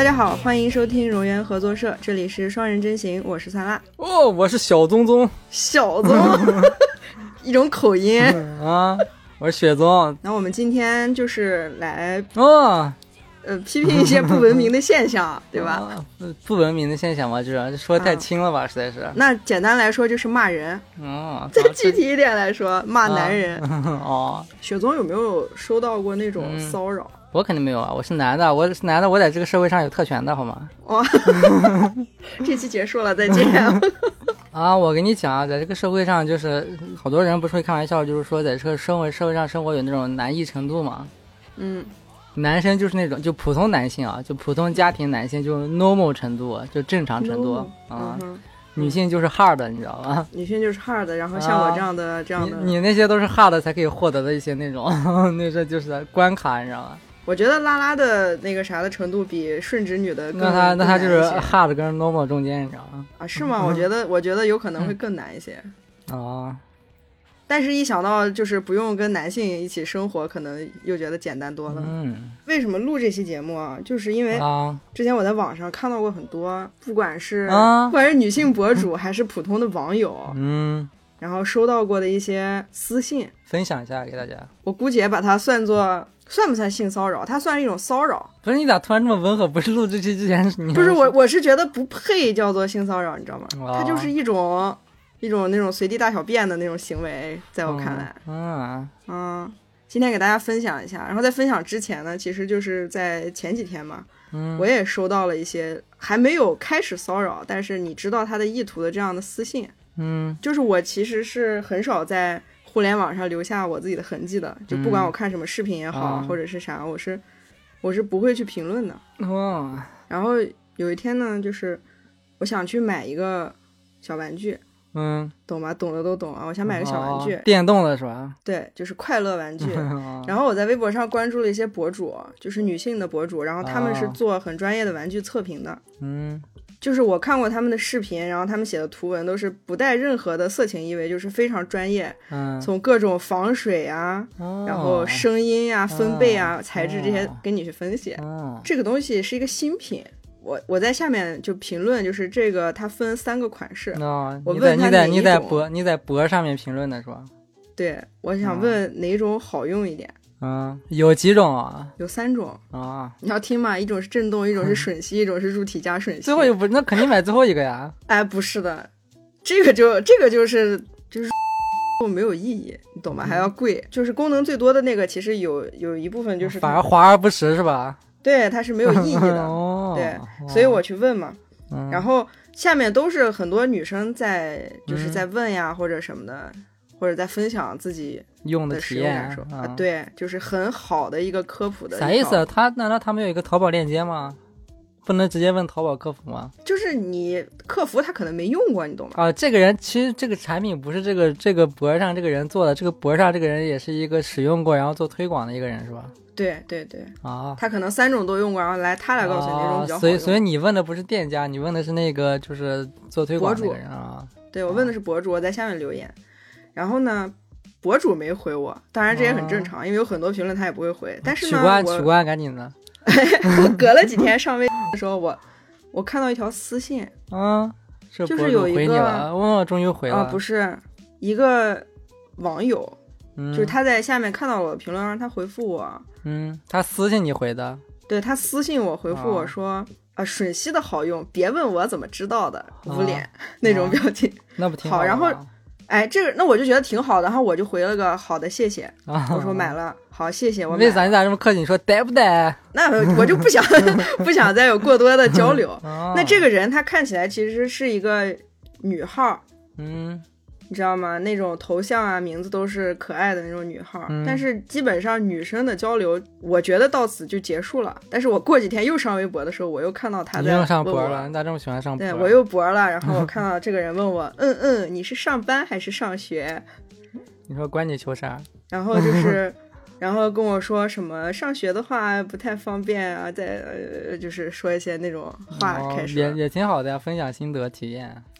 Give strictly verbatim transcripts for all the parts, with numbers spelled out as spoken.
大家好，欢迎收听荣源合作社，这里是双人真行，我是萨拉。 哦，我是小宗宗。 小宗一种口音、 嗯、啊，我是雪宗。 那我们今天就是来哦， 呃批评一些不文明的现象对吧、 啊、不文明的现象嘛，这说的太轻了吧、啊、实在是。 那简单来说就是骂人。 哦， 再具体一点来说骂男人、 啊、哦。 雪宗有没有收到过那种骚扰、嗯？ 我肯定没有啊，我是男的，我是男的，我在这个社会上有特权的好吗？ 哇这期结束了，再见啊！我跟你讲啊，在这个社会上，就是好多人不是会开玩笑，就是说在这个社会社会上生活有那种难易程度嘛。 嗯，男生就是那种就普通男性啊，就普通家庭男性就 normal 程度，就正常程度、no. 啊、嗯。女性就是 hard， 你知道吧？ 女性就是 hard， 然后像我这样的、啊、这样的， 你, 你那些都是 hard 才可以获得的一些那种，那这就是关卡，你知道吗？ 我觉得拉拉的那个啥的程度比顺直女的更那他那他就是 hard 跟 normal 中间，你知道吗？ 啊，是吗？我觉得我觉得有可能会更难一些。 哦、嗯， 但是一想到就是不用跟男性一起生活，可能又觉得简单多了。 嗯， 为什么录这期节目啊？就是因为之前我在网上看到过很多，不管是、啊、不管是女性博主还是普通的网友， 嗯， 然后收到过的一些私信， 分享一下给大家。 我姑且把它算作。算不算性骚扰？它算是一种骚扰。 不是，你咋突然这么温和？不是录这期之前你不是我，我是觉得不配叫做性骚扰，你知道吗？哦、它就是一种一种那种随地大小便的那种行为，在我看来， 嗯嗯，今天给大家分享一下。然后在分享之前呢，其实就是在前几天嘛， 嗯， 我也收到了一些还没有开始骚扰，但是你知道他的意图的这样的私信， 嗯， 就是我其实是很少在互联网上留下我自己的痕迹的，就不管我看什么视频也好、 嗯、 或者是啥，我是我是不会去评论的。 哦， 然后有一天呢，就是我想去买一个小玩具， 嗯， 懂吧？懂的都懂啊。我想买个小玩具， 哦、电动的是吧？ 对，就是快乐玩具。然后我在微博上关注了一些博主，就是女性的博主，然后他们是做很专业的玩具测评的。 嗯。 就是我看过他们的视频，然后他们写的图文都是不带任何的色情意味，就是非常专业， 嗯， 从各种防水啊、 哦、 然后声音啊、分贝啊、 哦、 材质这些给你去分析、 哦、 这个东西是一个新品。我我在下面就评论，就是这个它分三个款式、 哦、 我问他哪一种， 你在博你在博上面评论的是吧？ 对，我想问哪种好用一点。 嗯，有几种啊？ 有三种啊！ 你要听吗？一种是震动，一种是吮吸，一种是入体加吮吸。 最后一不，那肯定买最后一个呀。 哎，不是的，这个就这个就是就是没有意义，你懂吗？还要贵，就是功能最多的那个，其实有有一部分就是反而华而不实是吧？ 对，它是没有意义的。 哦、 对，所以我去问嘛、 嗯， 然后下面都是很多女生在就是在问呀、嗯、或者什么的。或者在分享自己用的使用感受、 啊啊，对，就是很好的一个科普的。 啥意思？他难道他们有一个淘宝链接吗？不能直接问淘宝客服吗？ 就是你客服他可能没用过，你懂吗？ 啊，这个人其实这个产品不是这个这个博上这个人做的，这个博上这个人也是一个使用过然后做推广的一个人是吧？ 对对对啊， 他可能三种都用过，然后来他来告诉你哪种比较好用、 啊、所以所以你问的不是店家，你问的是那个就是做推广的那个人啊。 对，我问的是博主，我在下面留言，然后呢？博主没回我，当然这也很正常、哦、因为有很多评论他也不会回。但是呢， 取关取关赶紧的。 我隔了几天上微的时候，我我看到一条私信， 嗯，是就是有一个， 哦，终于回了。 啊、不是一个网友、 嗯， 就是他在下面看到我的评论，让他回复我。 嗯，他私信你回的？ 对，他私信我回复我说，啊、哦，吮吸的好用，别问我怎么知道的，捂脸、啊、那种表情。啊、 那不挺好？ 好，然后。哎，这个那我就觉得挺好的，然后我就回了个好的，谢谢。啊、我说买了，好，谢谢。我为啥你咋这么客气？你说带不带？ 那我就不想不想再有过多的交流。 啊、 那这个人他看起来其实是一个女号， 嗯， 你知道吗？那种头像啊、名字都是可爱的那种女号、 嗯， 但是基本上女生的交流，我觉得到此就结束了。但是我过几天又上微博的时候，我又看到他在问我， 你又上博了，你咋这么喜欢上博？ 对，我又博了，然后我看到这个人问我，嗯嗯，你是上班还是上学？ 你说关你球啥？ 然后就是。然后跟我说什么上学的话不太方便啊，再呃就是说一些那种话开始、 哦、也也挺好的呀，分享心得体验。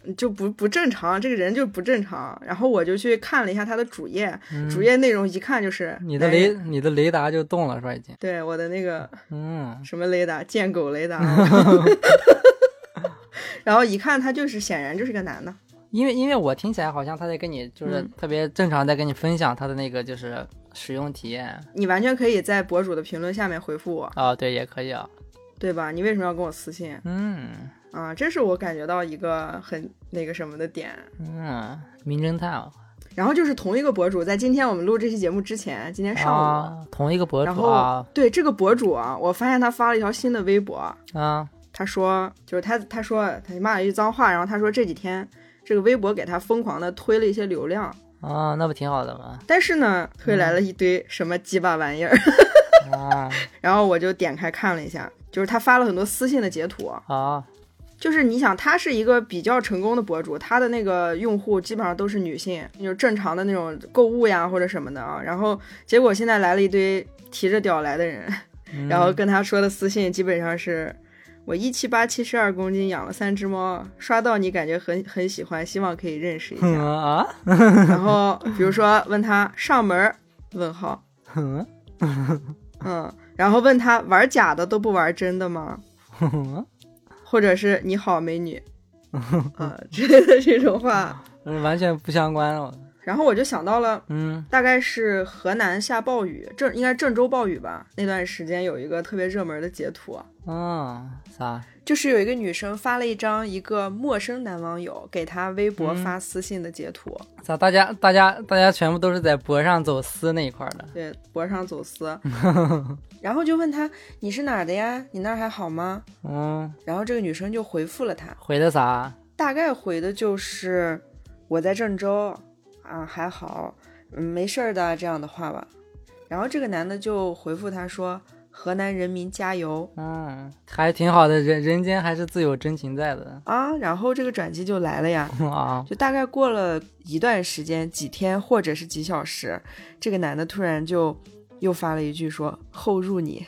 就不不正常，这个人就不正常。然后我就去看了一下他的主页， 嗯、 主页内容一看就是你的雷，你的雷达就动了是吧？已经。 对，我的那个嗯什么雷达，贱狗雷达。然后一看他就是显然就是个男的。 因为因为我听起来好像他在跟你就是特别正常在跟你分享他的那个就是使用体验。 你完全可以在博主的评论下面回复我。 哦，对，也可以啊。 对吧？你为什么要跟我私信？ 嗯。 啊，这是我感觉到一个很那个什么的点。 嗯，名侦探啊。 然后就是同一个博主，在今天我们录这期节目之前，今天上午， 啊、同一个博主啊。 然后对这个博主啊，我发现他发了一条新的微博啊， 他说就是他他说他骂了一句脏话，然后他说这几天这个微博给他疯狂的推了一些流量啊，那不挺好的吗？ 但是呢，推来了一堆什么鸡巴玩意儿。 啊， 然后我就点开看了一下，就是他发了很多私信的截图啊。 就是你想他是一个比较成功的博主，他的那个用户基本上都是女性，就是正常的那种购物呀或者什么的啊。然后结果现在来了一堆提着屌来的人， 嗯、 然后跟他说的私信基本上是我一七八七十二公斤，养了三只猫，刷到你感觉很很喜欢，希望可以认识一下。 嗯、啊。 然后比如说问他上门问号， 嗯嗯，然后问他玩假的都不玩真的吗？或者是你好美女啊之类的这种话， 完全不相关了。 然后我就想到了， 嗯， 大概是河南下暴雨，郑应该郑州暴雨吧，那段时间有一个特别热门的截图。 嗯，啥？ 就是有一个女生发了一张一个陌生男网友给她微博发私信的截图。 咋、嗯？大家大家大家全部都是在博上走私那一块的。 对，博上走私。然后就问他你是哪儿的呀？你那儿还好吗？ 嗯。 然后这个女生就回复了他， 回的啥？ 大概回的就是我在郑州啊，还好，嗯，没事儿的这样的话吧。然后这个男的就回复他说河南人民加油。 嗯，还挺好的，人人间还是自有真情在的啊。然后这个转机就来了呀。 啊， 就大概过了一段时间，几天或者是几小时，这个男的突然就又发了一句说后入你。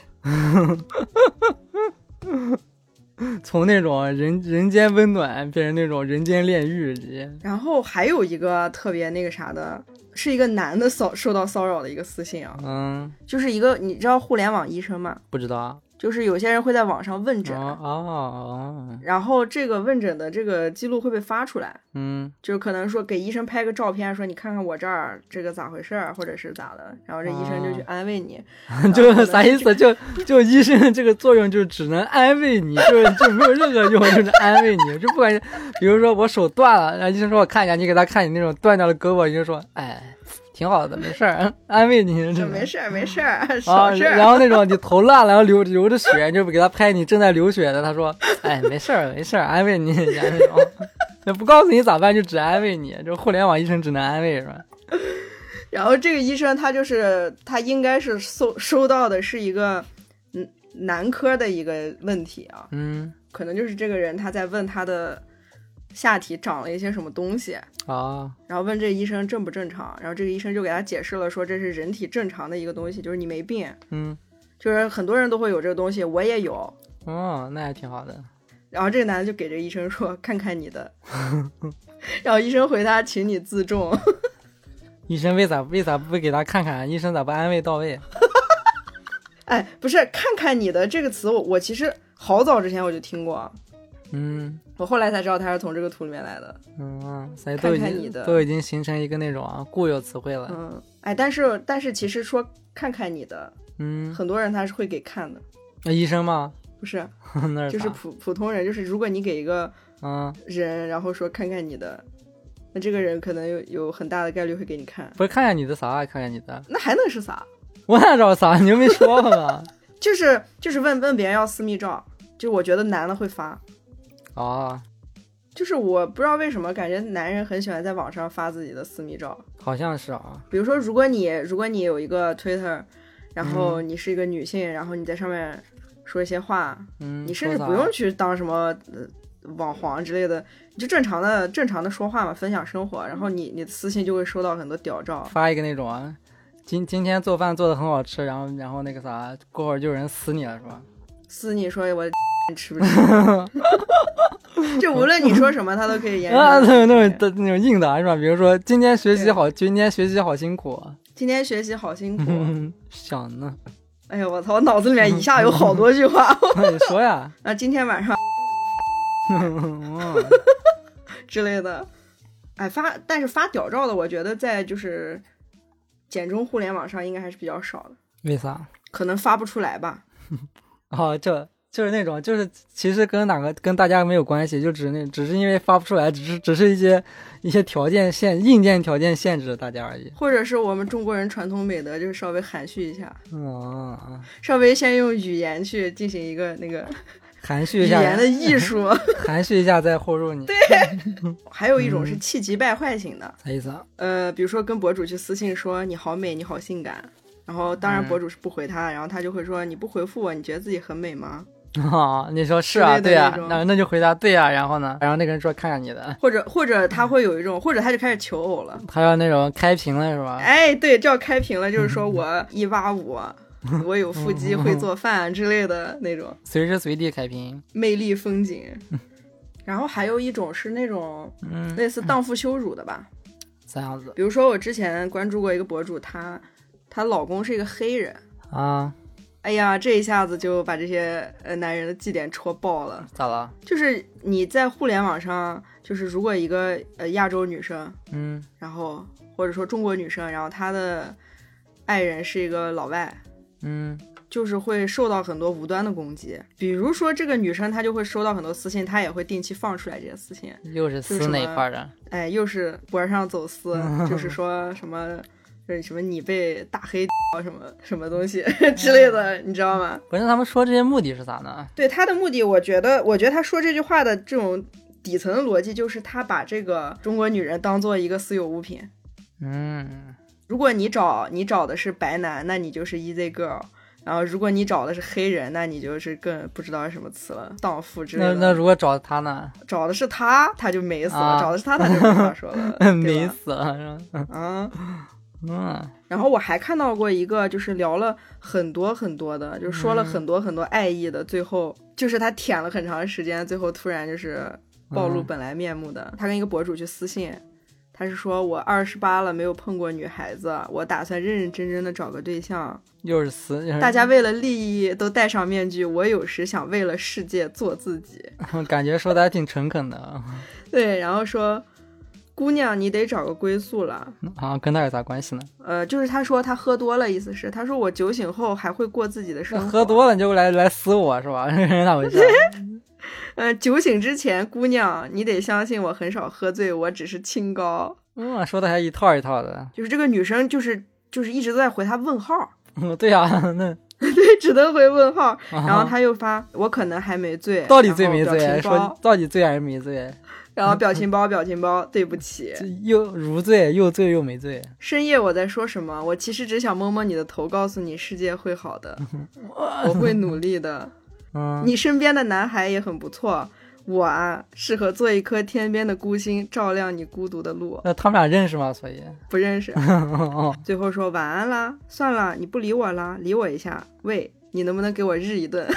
从那种人人间温暖变成那种人间炼狱直接。 然后还有一个特别那个啥的，是一个男的骚受到骚扰的一个私信啊。 嗯， 就是一个你知道互联网医生吗？ 不知道。 就是有些人会在网上问诊， 哦哦， 然后这个问诊的这个记录会被发出来， 嗯， 就可能说给医生拍个照片，说你看看我这儿这个咋回事儿，或者是咋的，然后这医生就去安慰你， 哦、就啥意思？就就医生这个作用就只能安慰你，就就没有任何用，就是安慰你，就不管，比如说我手断了，然后医生说我看一下，你给他看你那种断掉的胳膊，医生说，哎。挺好的，没事儿，安慰你。 没事儿，没事儿，少事儿、 啊。然后那种你头烂了，然后流流着血，就给他拍你正在流血的，他说：“哎，没事儿，没事儿，安慰你。”那种，也不告诉你咋办，就只安慰你。就互联网医生只能安慰，是吧？ 然后这个医生他就是他应该是收收到的是一个嗯男科的一个问题啊， 嗯， 可能就是这个人他在问他的下体长了一些什么东西。 啊， 然后问这医生正不正常，然后这个医生就给他解释了，说这是人体正常的一个东西，就是你没病， 嗯， 就是很多人都会有这个东西，我也有， 哦，那还挺好的。 然后这个男的就给这个医生说，看看你的，然后医生回他，请你自重。 医生为啥为啥不给他看看？医生咋不安慰到位？ 哎，不是，看看你的这个词我，我其实好早之前我就听过。 嗯， 我后来才知道他是从这个图里面来的。 嗯，所以都已经看看你的都已经形成一个那种啊固有词汇了。 嗯，哎，但是但是其实说看看你的， 嗯， 很多人他是会给看的。 那医生吗？ 不是， 那是就是普普通人，就是如果你给一个嗯人，然后说看看你的，那这个人可能有有很大的概率会给你看。 不是看看你的啥？看看你的， 那还能是啥？ 我哪知道啥？你又没说吧？ 就是就是问问别人要私密照，就我觉得男的会发。 哦， 就是我不知道为什么感觉男人很喜欢在网上发自己的私密照， 好像是啊。 比如说，如果你如果你有一个 Twitter， 然后你是一个女性，嗯、然后你在上面说一些话， 嗯， 你甚至不用去当什么、呃、网黄之类的，你就正常的正常的说话嘛，分享生活，然后你你的私信就会收到很多屌照， 发一个那种啊，今今天做饭做的很好吃，然后然后那个啥，过会儿就有人撕你了是吧？ 撕你说我吃不吃？ 就无论你说什么，他都可以延伸啊，那种那种那种硬的是吧？比如说今天学习好，今天学习好辛苦， 今天学习好辛苦， 想呢。 哎呀，我操！我脑子里面一下有好多句话。 你说呀？ 啊，今天晚上之类的，哎，发但是发屌照的，我觉得在就是简中互联网上应该还是比较少的。 为啥？ 可能发不出来吧。 哦，这就是那种，就是其实跟哪个跟大家没有关系，就只那只是因为发不出来，只是只是一些一些条件限硬件条件限制大家而已。 或者是我们中国人传统美德，就是稍微含蓄一下， 嗯， 稍微先用语言去进行一个那个含蓄一下语言的艺术， 含蓄一下再后入你。 对，还有一种是气急败坏型的， 啥意思啊？ 呃，比如说跟博主去私信说你好美，你好性感。然后当然博主是不回他、嗯、然后他就会说你不回复我，你觉得自己很美吗？ 哦，你说是啊，对啊，那那就回答对啊，然后呢，然后那个人说看看你的， 或者或者他会有一种，或者他就开始求偶了， 他要那种开屏了是吧？ 哎，对，就要开屏了，就是说我一八五，我有腹肌，会做饭之类的那种， 随时随地开屏， 魅力风景。然后还有一种是那种类似荡妇羞辱的吧， 这样子。 比如说我之前关注过一个博主，她她老公是一个黑人啊。 哎呀，这一下子就把这些呃男人的绩点戳爆了。 咋了？ 就是你在互联网上，就是如果一个呃亚洲女生， 嗯， 然后或者说中国女生，然后她的爱人是一个老外， 嗯， 就是会受到很多无端的攻击。比如说这个女生她就会收到很多私信，她也会定期放出来这些私信。 又是撕哪一块的？ 哎，又是脖上走私，就是说什么。就是什么你被大黑什么什么东西之类的，你知道吗？ 不是他们说这些目的是啥呢？ 对他的目的，我觉得，我觉得他说这句话的这种底层的逻辑，就是他把这个中国女人当做一个私有物品。 嗯， 如果你找你找的是白男，那你就是 easy girl。然后如果你找的是黑人，那你就是更不知道是什么词了，荡妇之类的。 那那如果找他呢？ 找的是他，他就没死了；啊、找的是他，他就没话说了， 没死了是吧？ 啊。 嗯， 然后我还看到过一个，就是聊了很多很多的，就说了很多很多爱意的，嗯、最后就是他舔了很长时间，最后突然就是暴露本来面目的。嗯、他跟一个博主去私信，他是说我二十八了，没有碰过女孩子，我打算认认真真的找个对象。 又是私， 大家为了利益都戴上面具，我有时想为了世界做自己。 感觉说的还挺诚恳的。 对，然后说。姑娘，你得找个归宿了啊，跟他有啥关系呢？ 呃，就是他说他喝多了，意思是他说我酒醒后还会过自己的生活。 喝多了你就来来撕我是吧？那回事。 呃，酒醒之前，姑娘，你得相信我很少喝醉，我只是清高。 嗯，说的还一套一套的。 就是这个女生，就是就是一直都在回他问号。 嗯，对呀、啊，那对，只能回问号。然后他又发，我可能还没醉， 到底醉没醉？说到底醉还是没醉？ 然后表情包表情包，对不起， 又如醉又醉又没醉。 深夜我在说什么？我其实只想摸摸你的头，告诉你世界会好的，我会努力的。 嗯， 你身边的男孩也很不错，我啊适合做一颗天边的孤星，照亮你孤独的路。 那他们俩认识吗？所以不认识。最后说晚安啦，算了，你不理我啦，理我一下。喂，你能不能给我日一顿？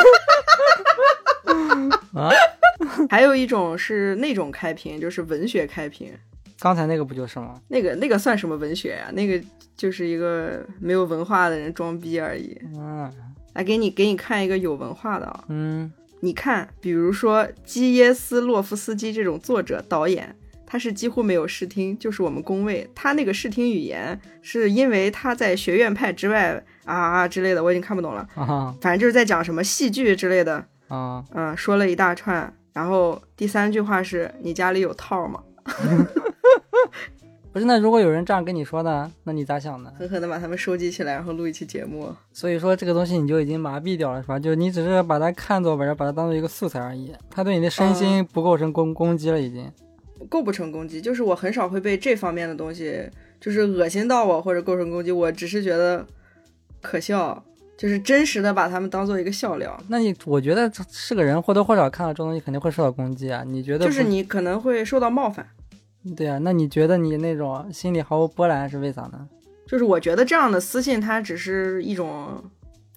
啊， 还有一种是那种开屏，就是文学开屏。 刚才那个不就是吗？ 那个那个算什么文学呀、啊？那个就是一个没有文化的人装逼而已。 嗯， 来给你给你看一个有文化的啊。 嗯， 你看，比如说基耶斯洛夫斯基这种作者导演，他是几乎没有视听，就是我们工位。他那个视听语言是因为他在学院派之外啊啊之类的，我已经看不懂了。 啊， 反正就是在讲什么戏剧之类的。 啊， 嗯，说了一大串，然后第三句话是你家里有套吗？ 不是，那如果有人这样跟你说呢，那你咋想呢？ 狠狠的把他们收集起来，然后录一期节目。 所以说这个东西你就已经麻痹掉了，是吧？就你只是把它看作，把它把它当做一个素材而已，它对你的身心不构成攻攻击了，已经。 构不成攻击，就是我很少会被这方面的东西就是恶心到我或者构成攻击，我只是觉得可笑。就是真实的把他们当做一个笑料。 那你我觉得是个人或多或少看到这种东西肯定会受到攻击啊，你觉得？ 就是你可能会受到冒犯。 对啊，那你觉得你那种心里毫无波澜是为啥呢？ 就是我觉得这样的私信它只是一种，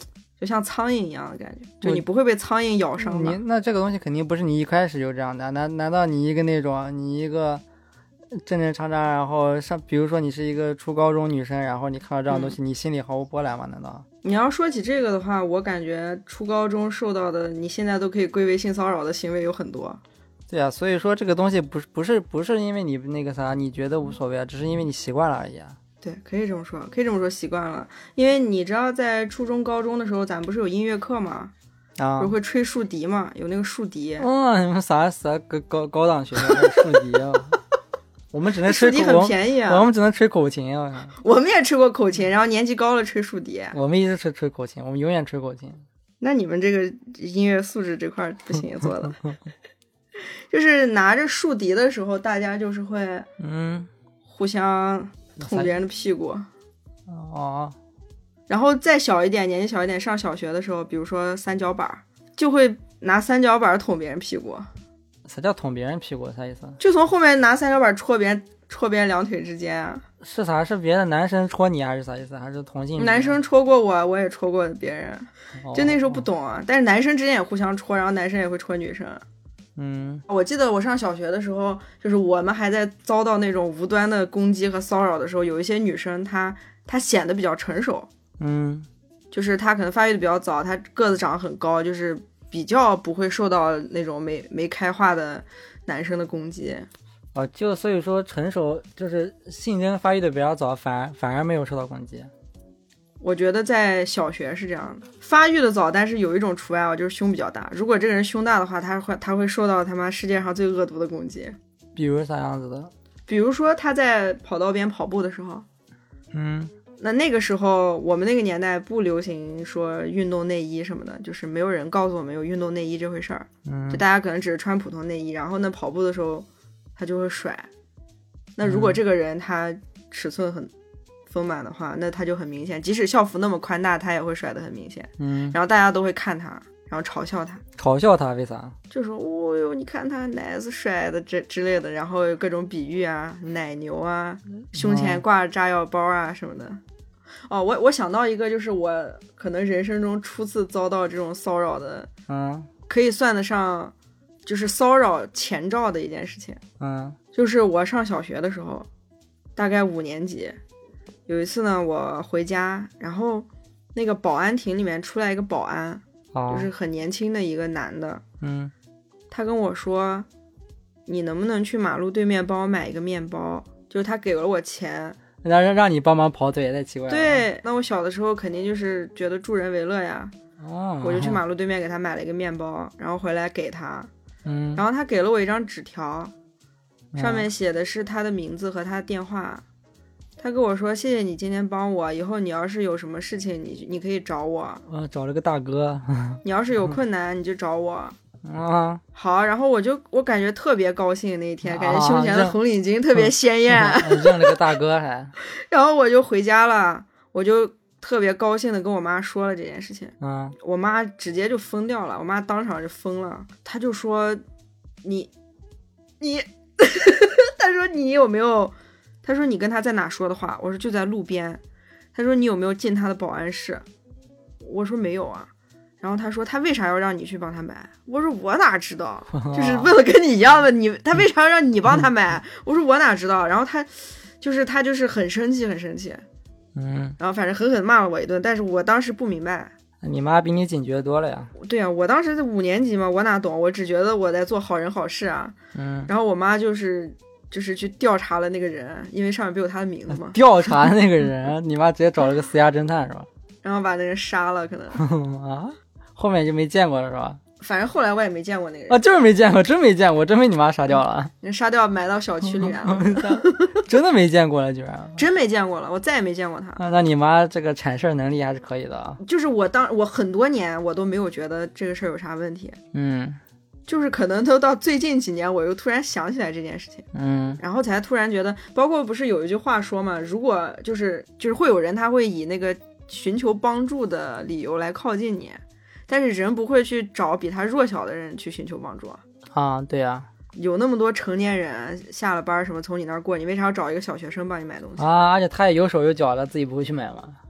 就像苍蝇一样的感觉，就你不会被苍蝇咬伤吧。 你那这个东西肯定不是你一开始就这样的，难难道你一个那种你一个正正常常，然后上比如说你是一个初高中女生，然后你看到这样的东西，嗯、你心里毫无波澜吗？难道？ 你要说起这个的话，我感觉初高中受到的，你现在都可以归为性骚扰的行为有很多。 对啊，所以说这个东西不是不是不是因为你那个啥，你觉得无所谓啊，只是因为你习惯了而已啊。 对，可以这么说，可以这么说，习惯了。因为你知道，在初中、高中的时候，咱不是有音乐课吗？ 啊， 不是会吹竖笛嘛？有那个竖笛。 嗯，你们啥啥高高高档学校竖笛啊？我们只能吹竖笛很便宜啊， 我们只能吹口琴啊。 我们也吹过口琴，然后年纪高了吹竖笛。 我们一直吹吹口琴，我们永远吹口琴。 那你们这个音乐素质这块不行做的。就是拿着竖笛的时候，大家就是会嗯互相捅别人的屁股。 哦。 然后再小一点，年纪小一点，上小学的时候，比如说三角板，就会拿三角板捅别人屁股。 啥叫捅别人屁股？啥意思？ 就从后面拿三角板戳别人，戳别人两腿之间啊。 是啥？是别的男生戳你还是啥意思？还是同性？ 男生戳过我，我也戳过别人。 哦、 就那时候不懂啊，但是男生之间也互相戳，然后男生也会戳女生。 嗯， 我记得我上小学的时候，就是我们还在遭到那种无端的攻击和骚扰的时候，有一些女生她她显得比较成熟。 嗯， 就是她可能发育的比较早，她个子长得很高，就是比较不会受到那种没没开化的男生的攻击。 哦，就所以说成熟就是性征发育的比较早，反而反而没有受到攻击。 我觉得在小学是这样的，发育的早，但是有一种除外啊，就是胸比较大。如果这个人胸大的话，他会他会受到他妈世界上最恶毒的攻击。 比如啥样子的？ 比如说他在跑道边跑步的时候， 嗯， 那那个时候我们那个年代不流行说运动内衣什么的，就是没有人告诉我们有运动内衣这回事儿。 嗯， 就大家可能只是穿普通内衣，然后呢跑步的时候他就会甩。那如果这个人他尺寸很丰满的话，那他就很明显，即使校服那么宽大，他也会甩得很明显。 嗯， 然后大家都会看他，然后嘲笑他。 嘲笑他为啥？ 就说哦哟，你看他奶子甩的这之类的，然后各种比喻啊，奶牛啊，胸前挂着炸药包啊什么的。哦，我我想到一个，就是我可能人生中初次遭到这种骚扰的， 嗯， 可以算得上就是骚扰前兆的一件事情。 嗯， 就是我上小学的时候，大概五年级。有一次呢，我回家，然后那个保安亭里面出来一个保安， 哦、 就是很年轻的一个男的， 嗯， 他跟我说，你能不能去马路对面帮我买一个面包？就是他给了我钱， 让让你帮忙跑腿，太奇怪了。 对，那我小的时候肯定就是觉得助人为乐呀， 哦， 我就去马路对面给他买了一个面包，然后回来给他， 嗯， 然后他给了我一张纸条，上面写的是他的名字和他的电话。他跟我说，谢谢你今天帮我，以后你要是有什么事情你你可以找我。 啊，找了个大哥。 你要是有困难你就找我。 啊， 好，然后我就我感觉特别高兴那一天，感觉胸前的红领巾特别鲜艳。 认了个大哥还。 然后我就回家了，我就特别高兴的跟我妈说了这件事情。 嗯， 我妈直接就疯掉了，我妈当场就疯了，她就说你你她说你有没有，她说你跟他在哪说的话？我说就在路边。她说你有没有进他的保安室？我说没有啊。然后她说他为啥要让你去帮他买？我说我哪知道，就是问了跟你一样的，你他为啥要让你帮他买？我说我哪知道。然后他就是他就是很生气很生气， 嗯， 然后反正狠狠骂了我一顿，但是我当时不明白。 你妈比你警觉多了呀。 对啊，我当时五年级嘛，我哪懂，我只觉得我在做好人好事啊。 嗯， 然后我妈就是就是去调查了那个人，因为上面不有他的名字嘛。 调查那个人，你妈直接找了个私家侦探是吧？ 然后把那人杀了，可能啊，后面就没见过了是吧？ 反正后来我也没见过那个人啊，就是没见过，真没见过，真被你妈杀掉了。 人杀掉埋到小区里面了。 真的没见过了，居然真没见过了，我再也没见过他。 啊，那你妈这个铲事儿能力还是可以的啊。 就是我当我很多年我都没有觉得这个事儿有啥问题。 嗯， 就是可能都到最近几年我又突然想起来这件事情。 嗯， 然后才突然觉得，包括不是有一句话说嘛，如果就是就是会有人他会以那个寻求帮助的理由来靠近你，但是人不会去找比他弱小的人去寻求帮助啊。对呀、啊， 有那么多成年人下了班什么从你那儿过，你为啥要找一个小学生帮你买东西啊？而且他也有手有脚的，自己不会去买吗？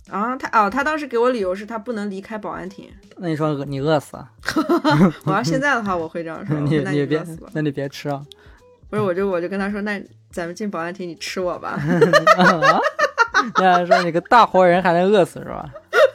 啊，他哦，他当时给我理由是他不能离开保安亭。 那你说饿你饿死啊？ 我要现在的话，我会这样说。 你那你别饿死吧， 那你别吃啊！ 不是，我就我就跟他说，那咱们进保安亭，你吃我吧。 啊，那说你个大活人还能饿死是吧？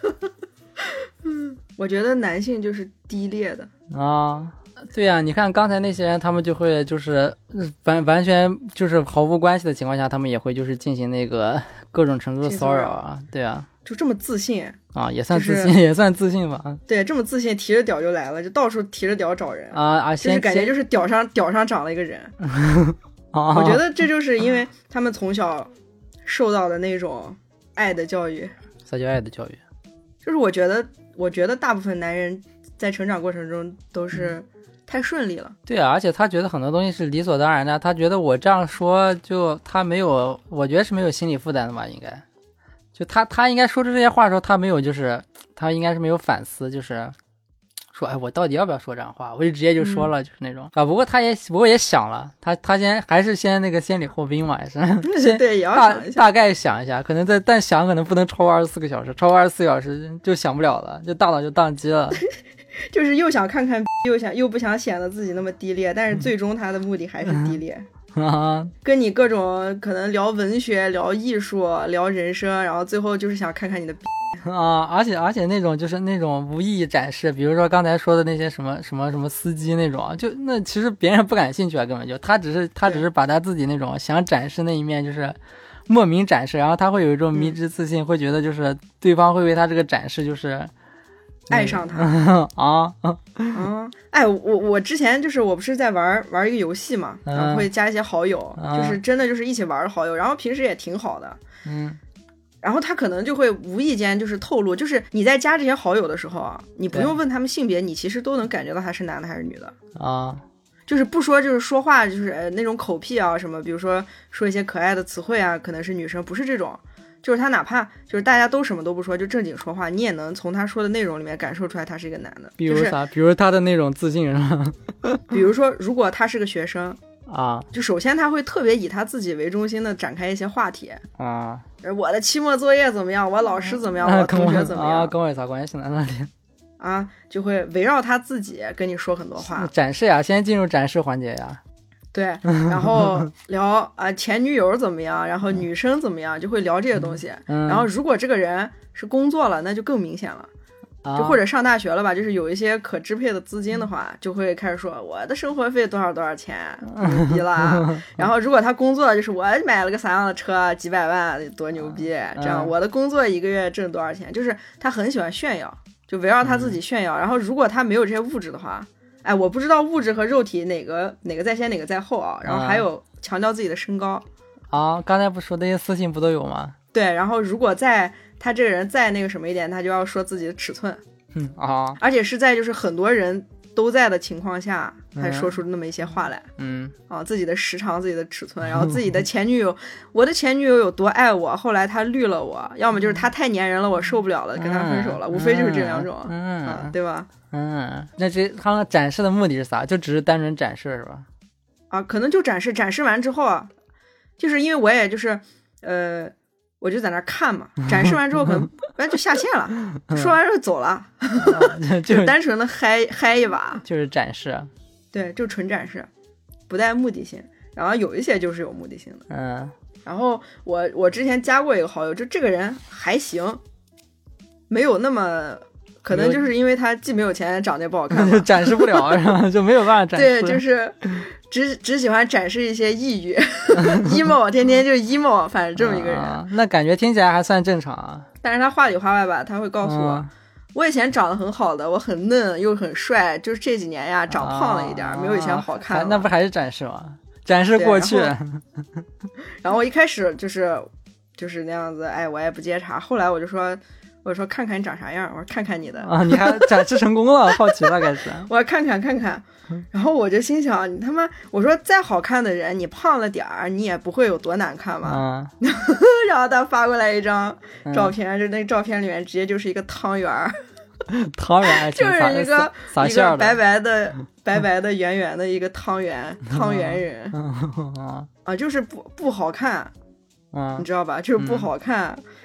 我觉得男性就是低劣的啊。对呀、啊，你看刚才那些人，他们就会就是完完全就是毫无关系的情况下，他们也会就是进行那个各种程度的骚扰啊，对啊， 就这么自信啊，也算自信， 就是、 也算自信吧。 对，这么自信，提着屌就来了，就到处提着屌找人啊啊， 就是感觉就是屌上屌上长了一个人。 啊， 我觉得这就是因为他们从小受到的那种爱的教育。 啥叫爱的教育？ 就是我觉得，我觉得大部分男人在成长过程中都是。嗯太顺利了， 对啊，而且他觉得很多东西是理所当然的，他觉得我这样说就他没有，我觉得是没有心理负担的吧，应该，就他他应该说出这些话的时候，他没有就是他应该是没有反思，就是说哎我到底要不要说这样话，我就直接就说了，嗯、就是那种啊，不过他也不过也想了，他他先还是先那个先礼后兵嘛，也是先对也要大想一下大概想一下，可能在但想可能不能超过二十四个小时，超过二十四小时就想不了了，就大脑就宕机了。 就是又想看看，又想又不想显得自己那么低劣，但是最终他的目的还是低劣。 啊， 跟你各种可能聊文学、聊艺术、聊人生，然后最后就是想看看你的啊，而且而且那种就是那种无意义展示，比如说刚才说的那些什么什么什么司机那种，就那其实别人不感兴趣啊，根本就他只是他只是把他自己那种想展示那一面就是莫名展示，然后他会有一种迷之自信，嗯、会觉得就是对方会为他这个展示就是。 爱上他啊啊！哎，我我之前就是我不是在玩玩一个游戏嘛，然后会加一些好友， 嗯、 就是真的就是一起玩的好友，然后平时也挺好的， 嗯， 然后他可能就会无意间就是透露，就是你在加这些好友的时候啊，你不用问他们性别，你其实都能感觉到他是男的还是女的啊， 就是不说就是说话就是、呃、那种口癖啊什么，比如说说一些可爱的词汇啊，可能是女生，不是这种。就是他哪怕就是大家都什么都不说，就正经说话，你也能从他说的内容里面感受出来他是一个男的。 比如啥？ 就是、 比如他的那种自信是吧？ 比如说，如果他是个学生啊， 就首先他会特别以他自己为中心的展开一些话题啊， 我的期末作业怎么样？我老师怎么样？啊、我同学怎么样？ 啊，跟我有啥关系呢？那里啊，就会围绕他自己跟你说很多话。 展示呀，先进入展示环节呀。 对，然后聊啊、呃、前女友怎么样，然后女生怎么样，就会聊这些东西。 嗯、 然后如果这个人是工作了，那就更明显了。 啊、 就或者上大学了吧，就是有一些可支配的资金的话，就会开始说我的生活费多少多少钱，牛逼了。然后如果他工作，就是我买了个啥样的车，几百万，多牛逼。这样我的工作一个月挣多少钱，就是他很喜欢炫耀，就围绕他自己炫耀。然后如果他没有这些物质的话。哎，我不知道物质和肉体哪个哪个在先哪个在后啊，然后还有强调自己的身高啊，刚才不说那些私信不都有吗？ 对，然后如果再他这个人再那个什么一点，他就要说自己的尺寸， 嗯啊， 而且是在就是很多人都在的情况下，才说出那么一些话来， 嗯啊，自己的时长、自己的尺寸，然后自己的前女友，我的前女友有多爱我，后来她绿了我，要么就是她太粘人了，我受不了了，跟她分手了， 嗯、 无非就是这两种， 嗯、 啊，对吧？ 嗯，那这他们展示的目的是啥？就只是单纯展示是吧？ 啊，可能就展示，展示完之后啊，就是因为我也就是，呃，我就在那看嘛，展示完之后可能完就下线了，说完之后走了，就单纯的嗨嗨一把， 就是展示， 对，就纯展示，不带目的性。然后有一些就是有目的性的， 嗯。 然后我我之前加过一个好友，就这个人还行，没有那么。可能就是因为他既没有钱，长得也不好看， 就展示不了，是吧？就没有办法展示。 对，就是只只喜欢展示一些抑郁，emo， 天天就 emo， 反正这么一个人、 啊。那感觉听起来还算正常啊。 但是他话里话外吧，他会告诉我，嗯、我以前长得很好的，我很嫩又很帅，就是这几年呀长胖了一点，啊、没有以前好看了。 那不还是展示吗？展示过去。 然后, 然后我一开始就是就是那样子，哎，我也不接茬。后来我就说。我说看看你长啥样，我说看看你的啊，你还展示成功了，好奇了开始。 我要看看看看，然后我就心想，你他妈，我说再好看的人，你胖了点儿，你也不会有多难看嘛。 啊、 然后他发过来一张照片，就、嗯、那照片里面直接就是一个汤圆儿， 汤圆就是一个一个白白的、白白的、圆圆的一个汤圆，汤圆人、 嗯、 啊，就是不不好看。 嗯， 你知道吧？就是不好看， 嗯、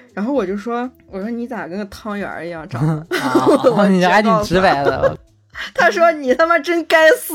然后我就说我说你咋跟个汤圆一样长得？ 啊、我你还挺直白的。 他说你他妈真该死。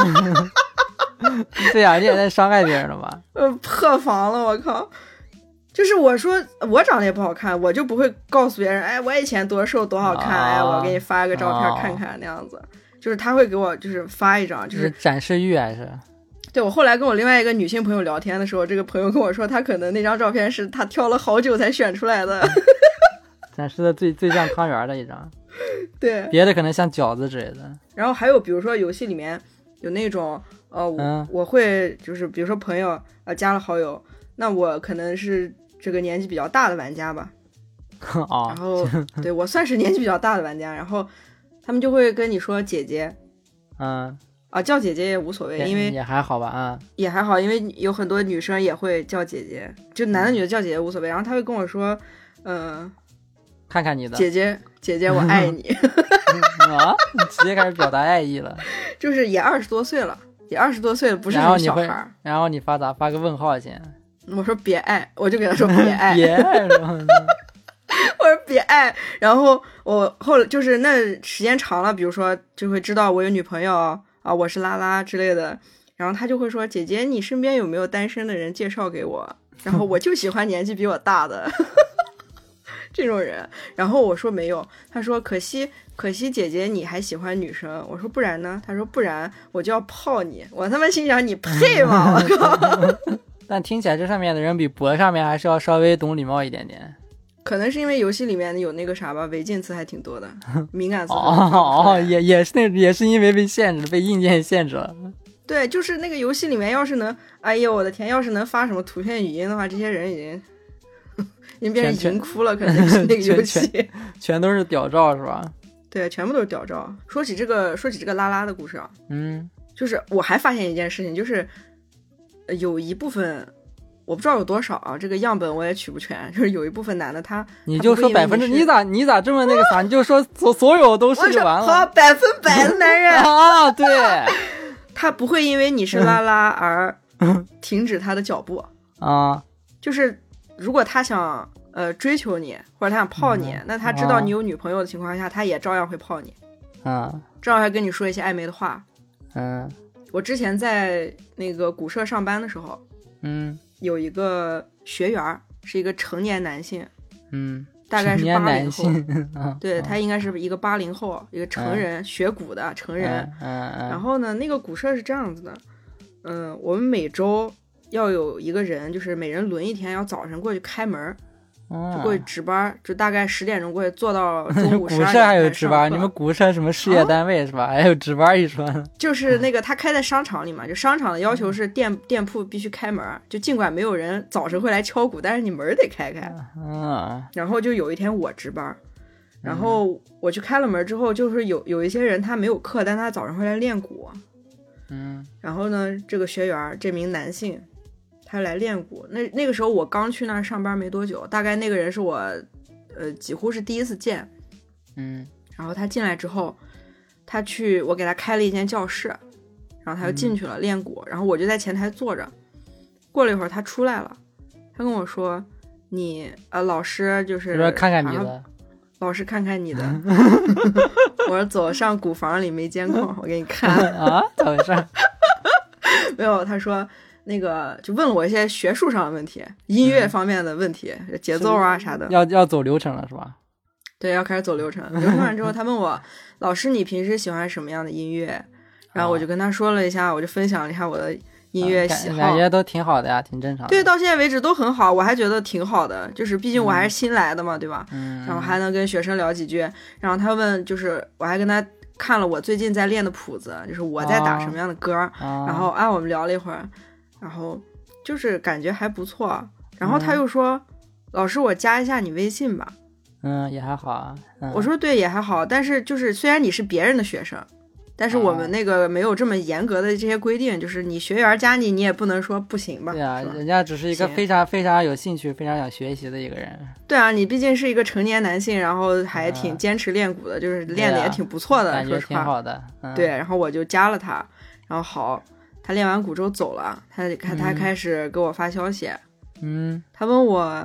对呀、啊，你也在伤害别人了吧？ 呃，破防了，我靠！就是我说我长得也不好看，我就不会告诉别人，哎，我以前多瘦多好看，哦、哎，我给你发个照片看看、哦、那样子。就是他会给我就是发一张，就是展示欲还是？ 对，我后来跟我另外一个女性朋友聊天的时候，这个朋友跟我说，他可能那张照片是他挑了好久才选出来的。 展示的最最像汤圆的一张。 对， 别的可能像饺子之类的。 然后还有比如说游戏里面有那种呃我、嗯、我会就是比如说朋友呃加了好友，那我可能是这个年纪比较大的玩家吧。 哦、 然后对我算是年纪比较大的玩家，然后他们就会跟你说姐姐。 嗯。 啊，叫姐姐也无所谓，因为也还好吧，啊、嗯， 也还好，因为有很多女生也会叫姐姐，就男的女的叫姐姐无所谓。然后他会跟我说，嗯、呃， 看看你的姐姐，姐姐我爱你。 啊，你直接开始表达爱意了， 就是也二十多岁了，也二十多岁了，不是什么小孩。 然后你会，然后你发咋发个问号先？ 我说别爱，我就给他说别爱， 别爱是吧？ 我说别爱，然后我后来就是那时间长了，比如说就会知道我有女朋友。啊，我是拉拉之类的，然后他就会说：“姐姐，你身边有没有单身的人介绍给我？”然后我就喜欢年纪比我大的这种人。然后我说没有，他说：“可惜，可惜姐姐你还喜欢女生。”我说：“不然呢？”他说：“不然我就要泡你。”我他妈心想：“你配吗？”我靠！ 但听起来这上面的人比博上面还是要稍微懂礼貌一点点。 可能是因为游戏里面有那个啥吧，违禁词还挺多的，敏感词。 哦哦，也也是那也是因为被限制，被硬件限制了。 对，就是那个游戏里面，要是能，哎呦我的天，要是能发什么图片语音的话，这些人已经已经变成淫哭了，可能是那个游戏全, 全, 全都是屌照是吧？ 对，全部都是屌照。说起这个，说起这个拉拉的故事啊， 嗯， 就是我还发现一件事情，就是有一部分。我不知道有多少啊，这个样本我也取不全。就是有一部分男的他， 你就说百分之，你咋你咋这么那个啥？你就说所所有都是就完了。 好，百分百的男人啊，对， 他不会因为你是拉拉而停止他的脚步啊。 就是如果他想呃追求你，或者他想泡你，嗯、那他知道你有女朋友的情况下，啊、他也照样会泡你。 啊， 照样会跟你说一些暧昧的话。 嗯， 我之前在那个古社上班的时候， 嗯。 有一个学员是一个成年男性， 嗯， 大概是八零后， 啊、 对、啊、他应该是一个八零后，一个成人、嗯、学古的成人。 嗯嗯、 然后呢，那个古社是这样子的，嗯，我们每周要有一个人，就是每人轮一天，要早晨过去开门。就过去值班，就大概十点钟过去做到中午十二点。 古社还有值班？你们古社什么事业单位、啊、是吧？还有值班一说。 就是那个他开在商场里嘛，就商场的要求是店店铺必须开门，就尽管没有人早晨会来敲鼓，但是你门得开开。 嗯。 然后就有一天我值班，然后我去开了门之后，就是有有一些人他没有课，但他早上会来练鼓。 嗯。 然后呢，这个学员这名男性。他来练鼓，那那个时候我刚去那儿上班没多久，大概那个人是我，呃，几乎是第一次见， 嗯， 然后他进来之后，他去我给他开了一间教室，然后他就进去了、嗯、练鼓，然后我就在前台坐着，过了一会儿他出来了，他跟我说，你呃老师就是说看看你的， 老师看看你的，我说走上鼓房里没监控，我给你看啊，怎么回事？ 没有，他说。那个就问了我一些学术上的问题，音乐方面的问题，嗯、节奏啊啥的， 要要走流程了是吧？ 对，要开始走流程。流程完之后，他问我老师你平时喜欢什么样的音乐？然后我就跟他说了一下，我就分享了一下我的音乐喜好， 感觉都挺好的呀，挺正常的。 对，到现在为止都很好，我还觉得挺好的，就是毕竟我还是新来的嘛，嗯、对吧？ 嗯。 然后还能跟学生聊几句，然后他问，就是我还跟他看了我最近在练的谱子，就是我在打什么样的歌， 哦、 然后啊我们聊了一会儿。然后就是感觉还不错，然后他又说、嗯、老师我加一下你微信吧。 嗯，也还好啊、嗯、 我说对也还好，但是就是虽然你是别人的学生，但是我们那个没有这么严格的这些规定、哦、就是你学员加你你也不能说不行吧。 对啊，人家只是一个非常非常有兴趣非常想学习的一个人。 对啊，你毕竟是一个成年男性，然后还挺坚持练鼓的、嗯、就是练的也挺不错的、 啊、感觉挺好的、 嗯、对，然后我就加了他，然后好他练完鼓之后走了，他他他开始给我发消息， 嗯， 他问我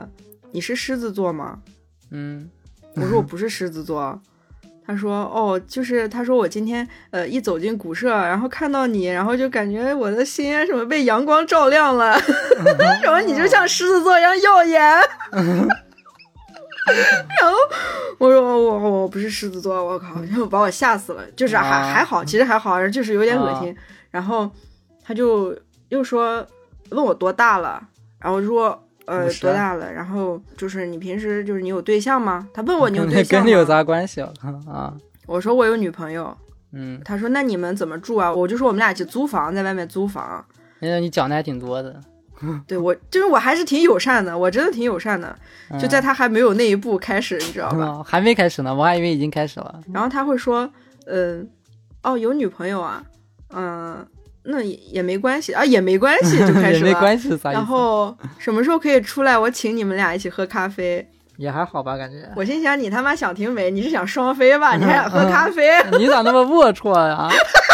你是狮子座吗？ 嗯， 我说我不是狮子座。他说哦，就是他说我今天呃一走进古社，然后看到你，然后就感觉我的心啊什么被阳光照亮了，然后你就像狮子座一样耀眼。然后我说我我不是狮子座，我靠，就把我吓死了。就是还、啊、还好，其实还好，就是有点恶心。啊、然后他就又说问我多大了，然后说呃多大了，然后就是你平时就是你有对象吗？他问我你有对象吗？ 跟你有啥关系啊？啊， 我说我有女朋友。 嗯， 他说那你们怎么住啊？我就说我们俩一起租房，在外面租房。 那你讲的还挺多的。 对，我就是我还是挺友善的，我真的挺友善的，就在他还没有那一步开始，你知道吧、 嗯、还没开始呢，我还以为已经开始了。 然后他会说嗯、呃、哦有女朋友啊，嗯、呃、那也也没关系啊，也没关系，就开始了也没关系啥意思。 然后什么时候可以出来，我请你们俩一起喝咖啡。 也还好吧，感觉。 我心想你他妈想挺美，你是想双飞吧？你还想喝咖啡？ 你咋那么龌龊呀？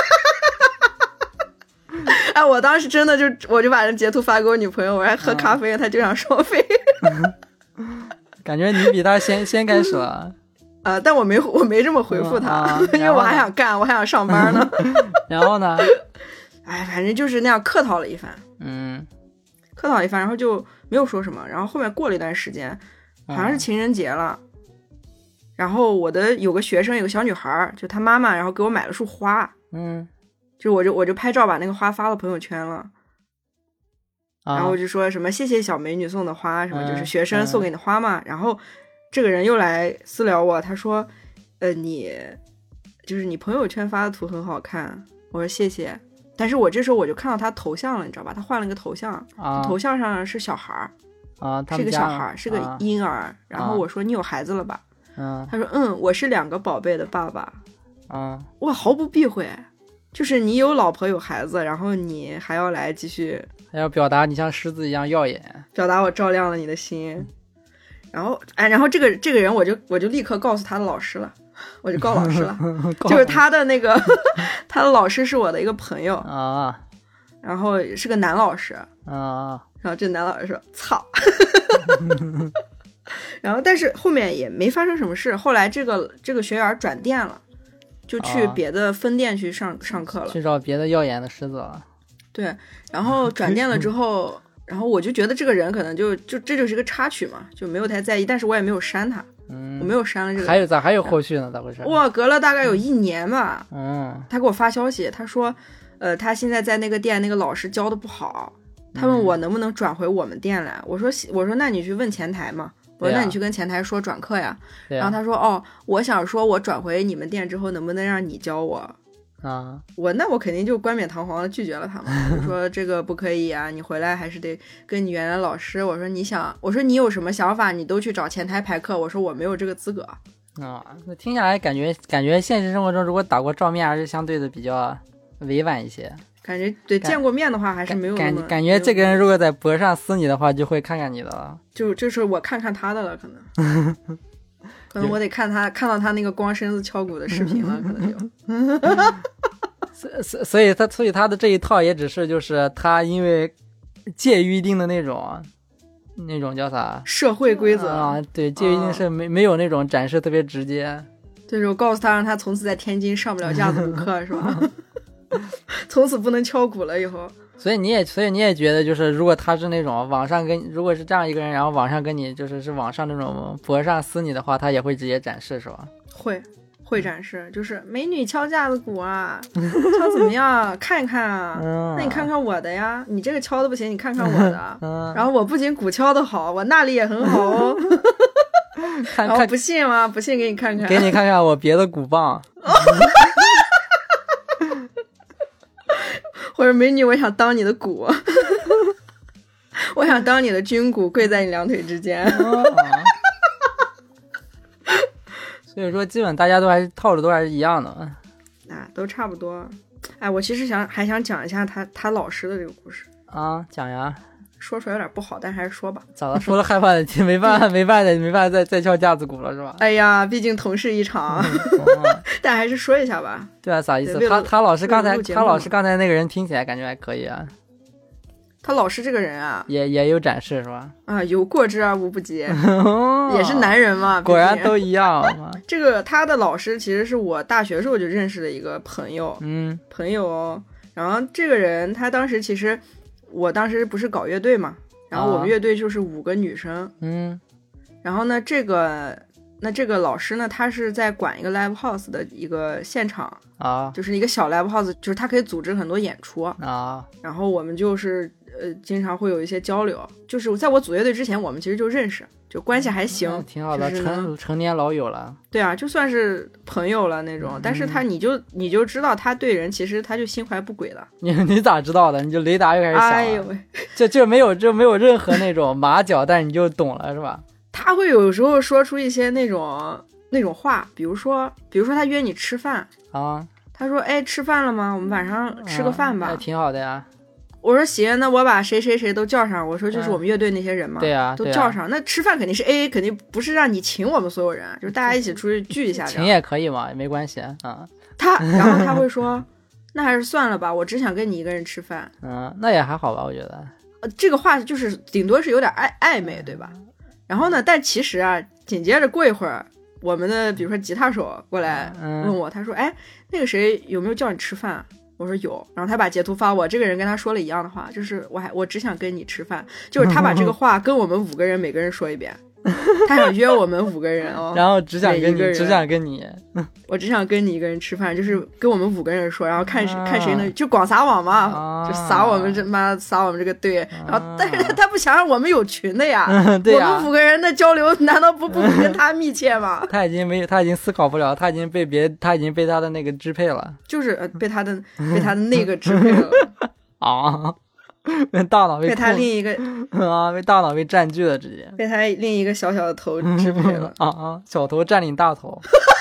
哎，我当时真的就我就把那截图发给我女朋友，我还喝咖啡，她、嗯、就想双飞。 感觉你比她先先开始了。 呃，但我没我没这么回复她、嗯啊、因为我还想干，我还想上班呢。 然后呢？ 哎，反正就是那样客套了一番。 嗯， 客套一番，然后就没有说什么。然后后面过了一段时间，好像是情人节了。嗯、然后我的有个学生，有个小女孩，就她妈妈，然后给我买了束花。 嗯。 就我就我就拍照把那个花发到朋友圈了， 啊、 然后就说什么谢谢小美女送的花，什么就是学生送给你的花嘛。嗯嗯、然后这个人又来私聊我，他说，呃，你就是你朋友圈发的图很好看。我说谢谢，但是我这时候我就看到他头像了，你知道吧？他换了个头像， 啊、 头像上是小孩儿啊， 是个小孩，是个婴儿。啊、然后我说你有孩子了吧？ 嗯， 他说嗯，我是两个宝贝的爸爸。 啊， 哇，毫不避讳。就是你有老婆有孩子，然后你还要来继续， 还要表达你像狮子一样耀眼， 表达我照亮了你的心。然后，哎，然后这个这个人，我就我就立刻告诉他的老师了，我就告老师了，就是他的那个他的老师是我的一个朋友啊， 然后是个男老师啊， 然后这男老师说操，然后但是后面也没发生什么事，后来这个这个学员转店了。就去别的分店去上、啊、上课了， 去找别的耀眼的狮子了。 对，然后转店了之后，然后我就觉得这个人可能就就这就是个插曲嘛，就没有太在意，但是我也没有删他， 嗯， 我没有删了这个。 还有咋还有后续呢？咋回事？ 哇，隔了大概有一年吧， 嗯， 他给我发消息，他说，呃，他现在在那个店，那个老师教的不好，他问我能不能转回我们店来。我说，我说那你去问前台嘛。我说那你去跟前台说转课呀， 啊、 然后他说哦，我想说我转回你们店之后能不能让你教我啊？ 我那我肯定就冠冕堂皇的拒绝了他嘛，我说这个不可以啊，你回来还是得跟你原来老师，我说你想，我说你有什么想法你都去找前台排课，我说我没有这个资格啊。那听下来感觉感觉现实生活中如果打过照面还是相对的比较委婉一些， 感觉对见过面的话还是没有那么感感觉这个人如果在博上撕你的话就会看看你的了， 就就是我看看他的了，可能可能我得看他看到他那个光身子敲鼓的视频了，可能就所所以他所以他的这一套也只是就是他因为介于一定的那种那种叫啥社会规则啊，对，介于一定是没、啊、没有那种展示特别直接， 就是我告诉他让他从此在天津上不了架子鼓课是吧？从此不能敲鼓了以后。 所以你也所以你也觉得就是如果他是那种网上跟如果是这样一个人，然后网上跟你就是是网上那种博上撕你的话，他也会直接展示是吧？ 会会展示，就是美女敲架子鼓啊，敲怎么样？看一看啊、嗯，那你看看我的呀，你这个敲的不行，你看看我的。嗯、然后我不仅鼓敲的好，我那里也很好哦。 看然后不信吗？不信给你看看， 给你看看我别的鼓棒。 或者美女，我想当你的鼓，我想当你的军鼓，跪在你两腿之间。 所以说，基本大家都还是套路都还是一样的， 啊，都差不多。哎，我其实想还想讲一下他他老师的这个故事啊，讲呀。 说出来有点不好，但还是说吧。 咋了？说了害怕的，没办法，没办法，没办法再再敲架子鼓了，是吧？ 哎呀，毕竟同事一场，嗯、但还是说一下吧。 对啊，啥意思？他他老师刚才他老师刚才那个人听起来感觉还可以啊。 他老师这个人啊， 也也有展示是吧？ 啊，有过之而无不及，也是男人嘛， 果然都一样嘛。 这个他的老师其实是我大学时候就认识的一个朋友， 嗯， 朋友哦。然后这个人他当时其实，我当时不是搞乐队嘛，然后我们乐队就是五个女生， 嗯， 然后呢，这个那这个老师呢，他是在管一个 live house 的一个现场啊， 就是一个小 live house，就是他可以组织很多演出啊。 然后我们就是呃经常会有一些交流，就是在我组乐队之前，我们其实就认识，就关系还行， 嗯、挺好的， 就是、 成成年老友了。 对啊，就算是朋友了那种。嗯、但是他你就你就知道他对人其实他就心怀不轨的。 你你咋知道的？你就雷达又开始响了。 哎呦喂， 就就没有就没有任何那种马脚，但是你就懂了是吧？ 他会有时候说出一些那种那种话，比如说比如说他约你吃饭啊， 他说哎吃饭了吗？我们晚上吃个饭吧。 啊、挺好的呀。 我说行，那我把谁谁谁都叫上。我说就是我们乐队那些人嘛， 嗯、对呀、啊， 都叫上。那吃饭肯定是 A A， 肯定不是让你请我们所有人，就是大家一起出去聚一下。 请也可以嘛，也没关系啊、嗯。 他然后他会说，那还是算了吧，我只想跟你一个人吃饭。 嗯，那也还好吧，我觉得。 呃，这个话就是顶多是有点暧暧昧，对吧？然后呢，但其实啊，紧接着过一会儿，我们的比如说吉他手过来问我，嗯、他说，哎，那个谁有没有叫你吃饭？我说有，然后他把截图发我，这个人跟他说了一样的话，就是我还我只想跟你吃饭，就是他把这个话跟我们五个人每个人说一遍，他想约我们五个人哦， 然后只想跟你，只想跟你， 我只想跟你一个人吃饭，就是跟我们五个人说，然后看谁、啊、看谁能就广撒网嘛，啊、就撒我们这妈撒我们这个队，然后、啊、但是他不想让我们有群的呀， 嗯、对呀， 我们五个人的交流难道不不跟他密切吗？ 他已经没他已经思考不了，他已经被别他已经被他的那个支配了， 就是呃被他的被他的那个支配了啊。被大脑被被他另一个啊，被大脑被占据了，直接被他另一个小小的头支配了啊啊！小头占领大头。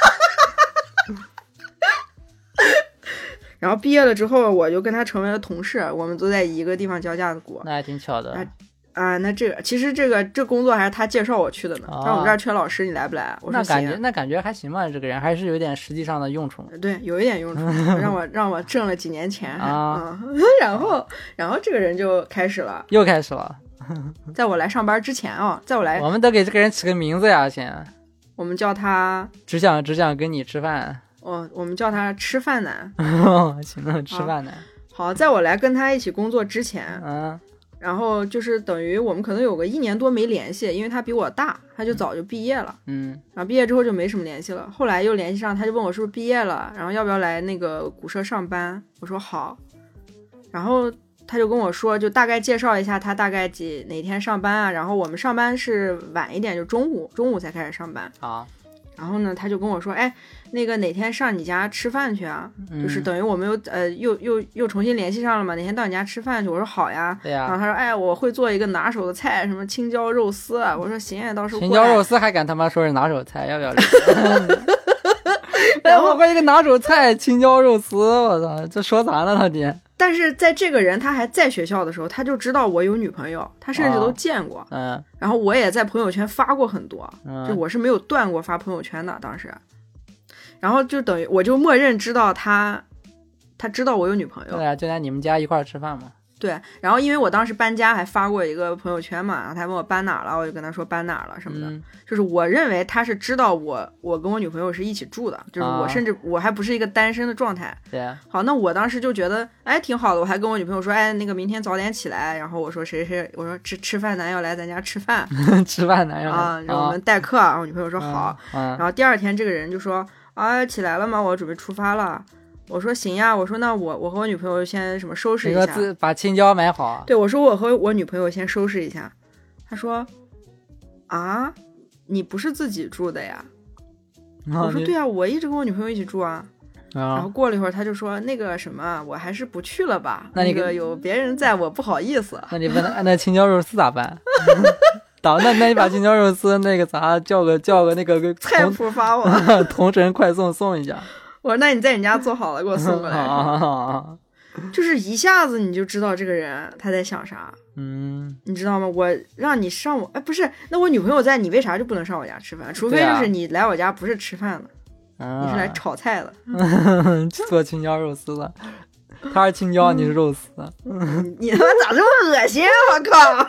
然后毕业了之后，我就跟他成为了同事，我们都在一个地方交架子鼓。 那还挺巧的啊。啊，那这个其实这个这工作还是他介绍我去的呢。他、啊、说我们这儿缺老师，你来不来？我说那感觉那感觉还行吧，这个人还是有点实际上的用处。 对，有一点用处，让我让我挣了几年钱啊、 嗯。然后然后这个人就开始了， 又开始了。 在我来上班之前啊，在我来， 我们得给这个人起个名字呀，先。 我们叫他只想只想跟你吃饭。 哦，我们叫他吃饭男。 行了，吃饭男。 好，在我来跟他一起工作之前， 嗯。 然后就是等于我们可能有个一年多没联系，因为他比我大，他就早就毕业了， 嗯， 然后毕业之后就没什么联系了。后来又联系上，他就问我是不是毕业了，然后要不要来那个鼓社上班。我说好，然后他就跟我说，就大概介绍一下他大概几哪天上班啊。然后我们上班是晚一点，就中午中午才开始上班啊。 然后呢，他就跟我说，哎，那个哪天上你家吃饭去啊？嗯、就是等于我们又呃又又又重新联系上了嘛。哪天到你家吃饭去？我说好呀。 对呀。 然后他说，哎，我会做一个拿手的菜，什么青椒肉丝啊。我说行，到时候青椒肉丝还敢他妈说是拿手菜，要不要？ 然后我一个拿手菜青椒肉丝，我操，这说啥呢他爹？ 但是在这个人他还在学校的时候，他就知道我有女朋友，他甚至都见过。 嗯、哦。 然后我也在朋友圈发过很多， 嗯、 就我是没有断过发朋友圈的当时。然后就等于我就默认知道他，他知道我有女朋友。 对啊，就在你们家一块儿吃饭嘛。 对，然后因为我当时搬家还发过一个朋友圈嘛，然后他问我搬哪了，我就跟他说搬哪了什么的。 嗯、 就是我认为他是知道我我跟我女朋友是一起住的，就是我甚至、啊、我还不是一个单身的状态。 对。 好，那我当时就觉得哎挺好的，我还跟我女朋友说，哎那个明天早点起来，然后我说谁谁，我说吃吃饭男要来咱家吃饭， 吃饭男要来啊，让我们代课。然后我女朋友说好， 嗯、 然后第二天这个人就说啊起来了吗？我准备出发了。我说行呀，我说那我我和我女朋友先什么收拾一下， 自把青椒买好。 对，我说我和我女朋友先收拾一下。他说啊，你不是自己住的呀？啊、我说对啊，我一直跟我女朋友一起住啊。 啊然后过了一会儿，他就说那个什么，我还是不去了吧。 那你个有别人在我不好意思。 那你问他那青椒肉丝咋办？导那那你把青椒肉丝那个咋叫个叫个那个菜谱发我， 同城快送送一下。 我说那你在你家做好了给我送过来。 啊、 就是一下子你就知道这个人他在想啥。 嗯， 你知道吗？我让你上我，哎，不是，那我女朋友在，你为啥就不能上我家吃饭？除非就是你来我家不是吃饭的， 啊、 你是来炒菜的， 做青椒肉丝的。 他是青椒，你是肉丝。 你他妈咋这么恶心啊！我靠！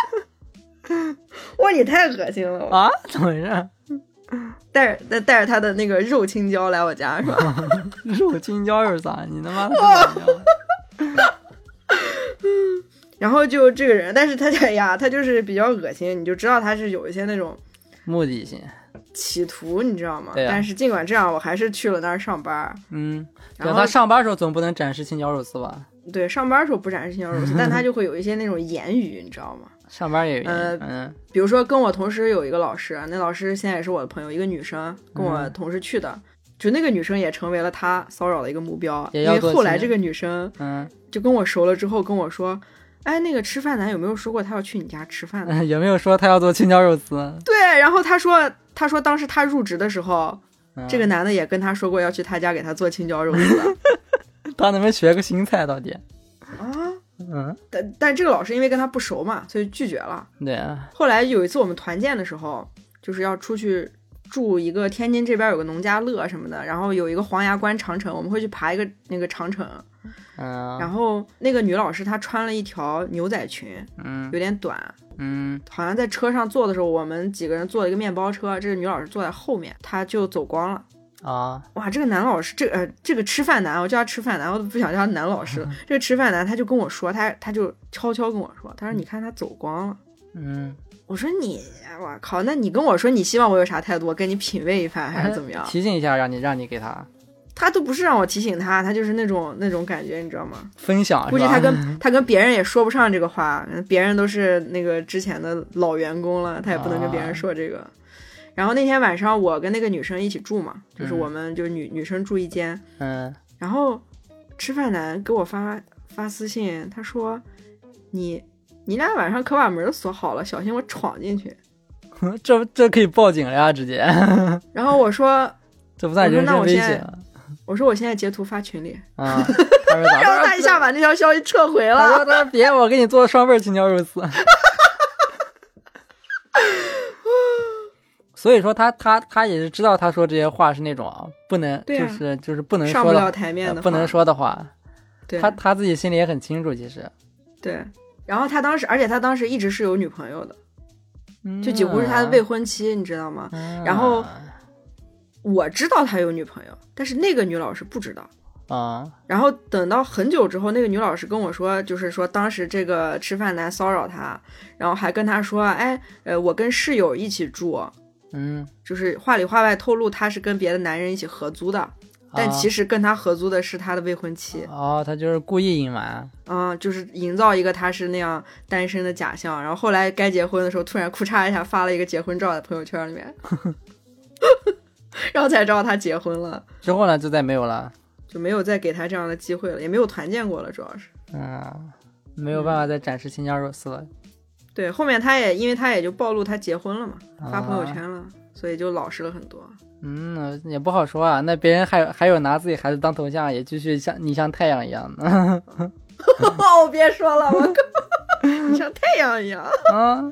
哇，你太恶心了啊！怎么回事？ 带着带着他的那个肉青椒来我家是吧？ 肉青椒是啥？你他妈的！ 然后就这个人，但是他哎呀，他就是比较恶心，你就知道他是有一些那种目的性、 企图，你知道吗？ 对啊、 但是尽管这样，我还是去了那儿上班。 嗯，然后他上班的时候总不能展示青椒肉丝吧？ 对，上班的时候不展示青椒肉丝，但他就会有一些那种言语，你知道吗？ 上班也有呃， 嗯， 比如说跟我同时有一个老师，那老师现在也是我的朋友，一个女生跟我同时去的，嗯、就那个女生也成为了他骚扰的一个目标，因为后来这个女生嗯就跟我熟了之后跟我说，哎，那个吃饭男有没有说过他要去你家吃饭呢？ 有没有说他要做青椒肉丝？ 对，然后他说他说当时他入职的时候，嗯、这个男的也跟他说过要去他家给他做青椒肉丝。 他能不能学个新菜到底？ 啊？ 嗯， 但但这个老师因为跟他不熟嘛，所以拒绝了。 对啊。 后来有一次我们团建的时候，就是要出去住一个天津这边有个农家乐什么的，然后有一个黄崖关长城，我们会去爬一个那个长城。 嗯。 然后那个女老师她穿了一条牛仔裙， 嗯， 有点短。 嗯， 好像在车上坐的时候，我们几个人坐了一个面包车，这个女老师坐在后面，她就走光了。 啊， 哇，这个男老师，这个呃，这个吃饭男，我叫他吃饭男，我都不想叫他男老师。这个吃饭男，他就跟我说，他他就悄悄跟我说，他说你看他走光了。 嗯， 我说你，我靠，那你跟我说你希望我有啥态度？我跟你品味一番还是怎么样？ 提醒一下，让你让你给他。 他都不是让我提醒他，他就是那种那种感觉，你知道吗？ 分享。 估计他跟他跟别人也说不上这个话，别人都是那个之前的老员工了，他也不能跟别人说这个。啊，然后那天晚上我跟那个女生一起住嘛，就是我们就是女、嗯、女生住一间， 嗯， 然后吃饭男给我发发私信，他说你你俩晚上可把门锁好了，小心我闯进去。 这这可以报警了呀，直接。 然后我说这不算人身威胁。 我说我现在截图发群里啊，他说咋？ 然后他一下把那条消息撤回了。 他说他说别，我给你做双份青椒肉丝。所以说他他他也是知道他说这些话是那种不能、啊、就是就是不能说的上不了台面的、 呃、不能说的话， 对， 他他自己心里也很清楚其实。 对，然后他当时而且他当时一直是有女朋友的、 嗯、 就几乎是他的未婚妻、嗯、你知道吗、嗯、然后我知道他有女朋友，但是那个女老师不知道啊、嗯。 然后等到很久之后，那个女老师跟我说，就是说当时这个吃饭男骚扰他，然后还跟他说，哎，呃，我跟室友一起住， 嗯， 就是话里话外透露他是跟别的男人一起合租的，但其实跟他合租的是他的未婚妻。 哦，他就是故意隐瞒， 嗯，就是营造一个他是那样单身的假象，然后后来该结婚的时候，突然裤嚓一下发了一个结婚照在朋友圈里面，然后才知道他结婚了。 之后呢，就再没有了。 就没有再给他这样的机会了，也没有团建过了，主要是， 嗯，没有办法再展示青椒肉丝了、嗯。 对，后面他也因为他也就暴露他结婚了嘛，发朋友圈了，啊、所以就老实了很多。 嗯，也不好说啊，那别人还有还有拿自己孩子当头像，也继续像你像太阳一样的。 哦，别说了，我靠，你像太阳一样啊。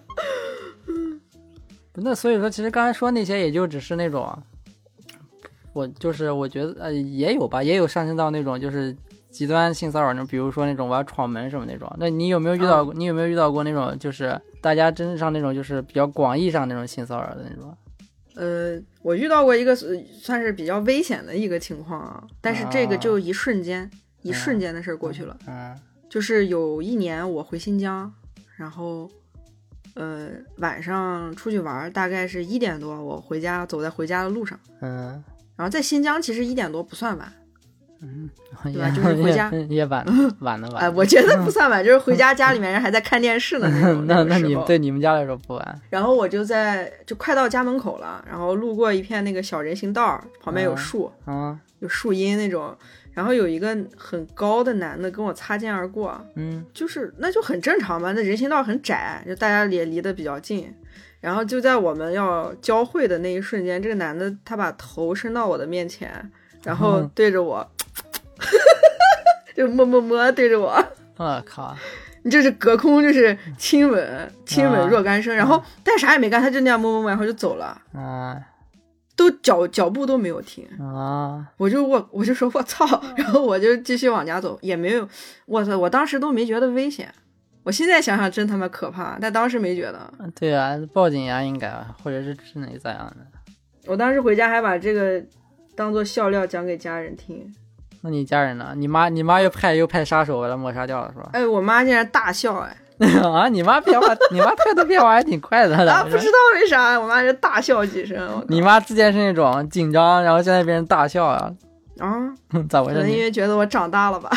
那所以说，其实刚才说那些，也就只是那种。我就是我觉得呃也有吧，也有上升到那种就是极端性骚扰那种，比如说那种我要闯门什么那种。那你有没有遇到过、嗯、你有没有遇到过那种就是大家真正上那种就是比较广义上那种性骚扰的那种？ 呃，我遇到过一个算是比较危险的一个情况啊，但是这个就一瞬间、啊、一瞬间的事过去了。 嗯，嗯就是有一年我回新疆，然后呃晚上出去玩，大概是一点多，我回家走在回家的路上。 嗯。 然后在新疆其实一点多不算晚， 嗯， 对吧？就是回家也晚晚了晚。 哎，我觉得不算晚，就是回家家里面人还在看电视呢那种。 那那你对你们家来说不晚。 然后我就在就快到家门口了，然后路过一片那个小人行道，旁边有树， 啊， 有树荫那种。然后有一个很高的男的跟我擦肩而过， 嗯， 就是那就很正常嘛，那人行道很窄，就大家也离得比较近。然后就在我们要交汇的那一瞬间，这个男的他把头伸到我的面前，然后对着我、嗯、就摸摸摸对着我。 我靠， 你这是隔空就是亲吻亲吻若干声、啊、然后但啥也没干，他就那样摸摸摸然后就走了。 啊， 都脚脚步都没有停啊！ 我就我我就说我操，然后我就继续往家走，也没有，我操，我当时都没觉得危险。我现在想想真他妈可怕，但当时没觉得。 对啊，报警呀，应该，或者是智能咋样的。 我当时回家还把这个当做笑料讲给家人听。 那你家人呢？你妈你妈又派又派杀手把它抹杀掉了是吧？ 哎，我妈竟然大笑哎！ 啊，你妈变化，你妈态度变化还挺快的。 啊，不知道为啥，我妈就大笑几声。 你妈之前是那种紧张，然后现在变成大笑啊？ 啊， 咋回事？ 可能因为觉得我长大了吧。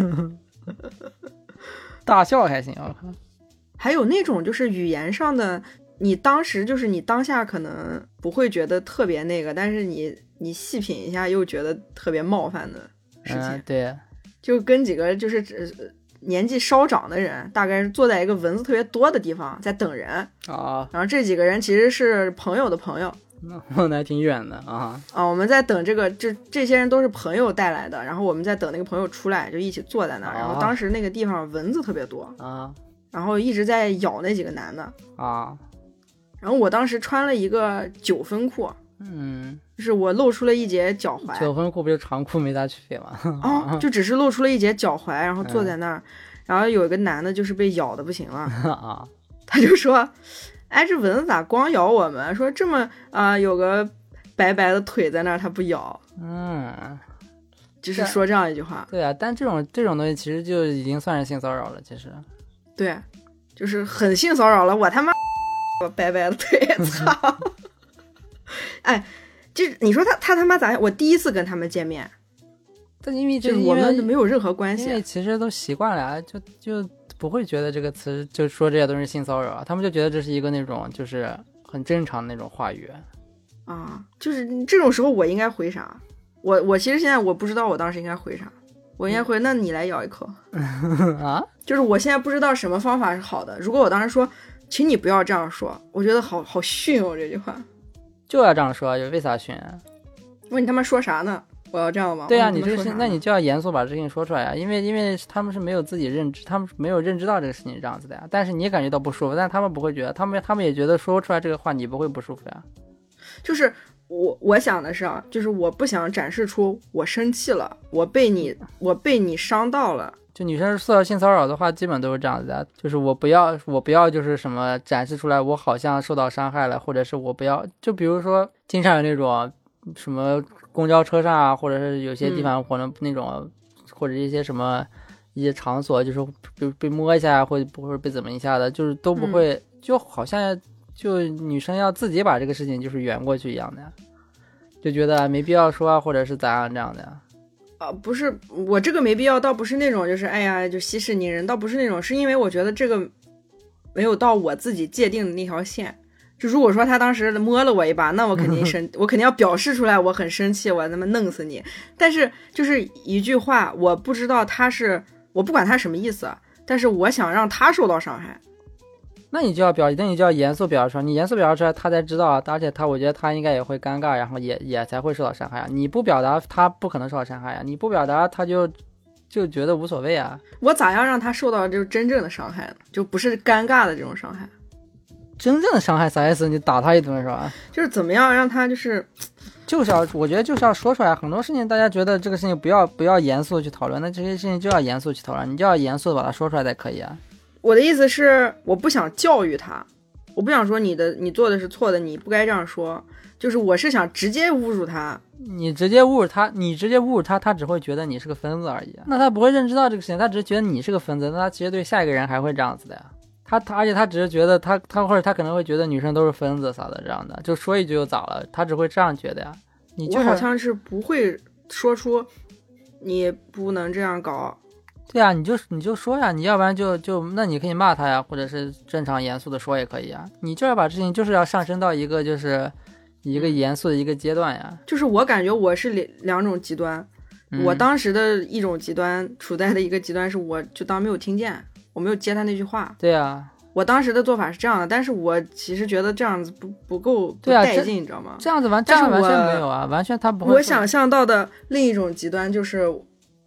大笑还行啊。 还有那种就是语言上的，你当时就是你当下可能不会觉得特别那个，但是你你细品一下又觉得特别冒犯的事情。 嗯、对， 就跟几个就是年纪稍长的人，大概是坐在一个蚊子特别多的地方在等人啊。 然后这几个人其实是朋友的朋友， 那那还挺远的啊。 啊，我们在等这个，这这些人都是朋友带来的，然后我们在等那个朋友出来，就一起坐在那儿。然后当时那个地方蚊子特别多啊， 然后一直在咬那几个男的啊。 然后我当时穿了一个九分裤， 嗯， 就是我露出了一截脚踝。 九分裤不就长裤没啥区别吗？ 啊，就只是露出了一截脚踝，然后坐在那儿，嗯、然后有一个男的就是被咬的不行了啊， 他就说。哎，这蚊子咋光咬我们？说这么啊、呃，有个白白的腿在那儿，它不咬。 嗯， 就是说这样一句话。 对啊，但这种这种东西其实就已经算是性骚扰了，其实。 对，就是很性骚扰了。我他妈我白白的腿，操！哎，这你说他他他妈咋？我第一次跟他们见面， 但因为这就是我们没有任何关系， 因为其实都习惯了啊，就就。不会觉得这个词就说这些都是性骚扰，他们就觉得这是一个那种就是很正常的那种话语啊，就是这种时候我应该回啥？我我其实现在我不知道我当时应该回啥，我应该回、嗯、那你来咬一口啊， 就是我现在不知道什么方法是好的。如果我当时说请你不要这样说，我觉得好好逊哦，这句话就要这样说，为啥逊啊？ 问你他妈说啥呢？我要这样吗？ 对啊，你这个事，那你就要严肃把这事情说出来啊，因为因为他们是没有自己认知，他们没有认知到这个事情是这样子的呀。但是你感觉到不舒服，但是他们不会觉得，他们他们也觉得说出来这个话你不会不舒服呀。 就是我我想的是啊，就是我不想展示出我生气了，我被你我被你伤到了。 就女生受到性骚扰的话，基本都是这样子的，就是我不要我不要就是什么展示出来我好像受到伤害了，或者是我不要，就比如说经常有那种什么。公交车上啊，或者是有些地方可能那种、嗯、或者一些什么一些场所，就是被被摸一下或者或者被怎么一下的，就是都不会、嗯、就好像就女生要自己把这个事情就是圆过去一样的，就觉得没必要说或者是咋样这样的。 啊，不是我这个没必要，倒不是那种就是哎呀就息事宁人，倒不是那种，是因为我觉得这个没有到我自己界定的那条线。就如果说他当时摸了我一把，那我肯定生，我肯定要表示出来我很生气，我他妈弄死你。但是就是一句话，我不知道他是，我不管他什么意思，但是我想让他受到伤害。 那你就要表，那你就要严肃表示出来，你严肃表示出来，他才知道，而且他我觉得他应该也会尴尬，然后也也才会受到伤害啊。你不表达，他不可能受到伤害啊。你不表达，他就就觉得无所谓啊。 我咋样让他受到就是真正的伤害呢？就不是尴尬的这种伤害。 真正的伤害啥意思？你打他一顿是吧？ 就是怎么样让他就是就是要我觉得就是要说出来。很多事情大家觉得这个事情不要不要严肃去讨论，那这些事情就要严肃去讨论，你就要严肃的把它说出来才可以啊。 我的意思是我不想教育他，我不想说你的你做的是错的，你不该这样说，就是我是想直接侮辱他。 你直接侮辱他，你直接侮辱他，他只会觉得你是个疯子而已，那他不会认知到这个事情，他只是觉得你是个疯子，那他其实对下一个人还会这样子的呀。他他而且他只是觉得他他或者他可能会觉得女生都是疯子啥的这样的，就说一句就咋了，他只会这样觉得呀。你、就是、 我好像是不会说出你不能这样搞。 对啊，你就你就说呀，你要不然就就那你可以骂他呀，或者是正常严肃的说也可以啊。你就要把事情就是要上升到一个就是一个严肃的一个阶段呀。 就是我感觉我是两种极端、嗯、我当时的一种极端处在的一个极端是我就当没有听见，我没有接他那句话。 对啊， 我当时的做法是这样的，但是我其实觉得这样子不不够不带劲、啊、你知道吗？ 这样子完这样完全没有啊，完全他不会。 我想象到的另一种极端就是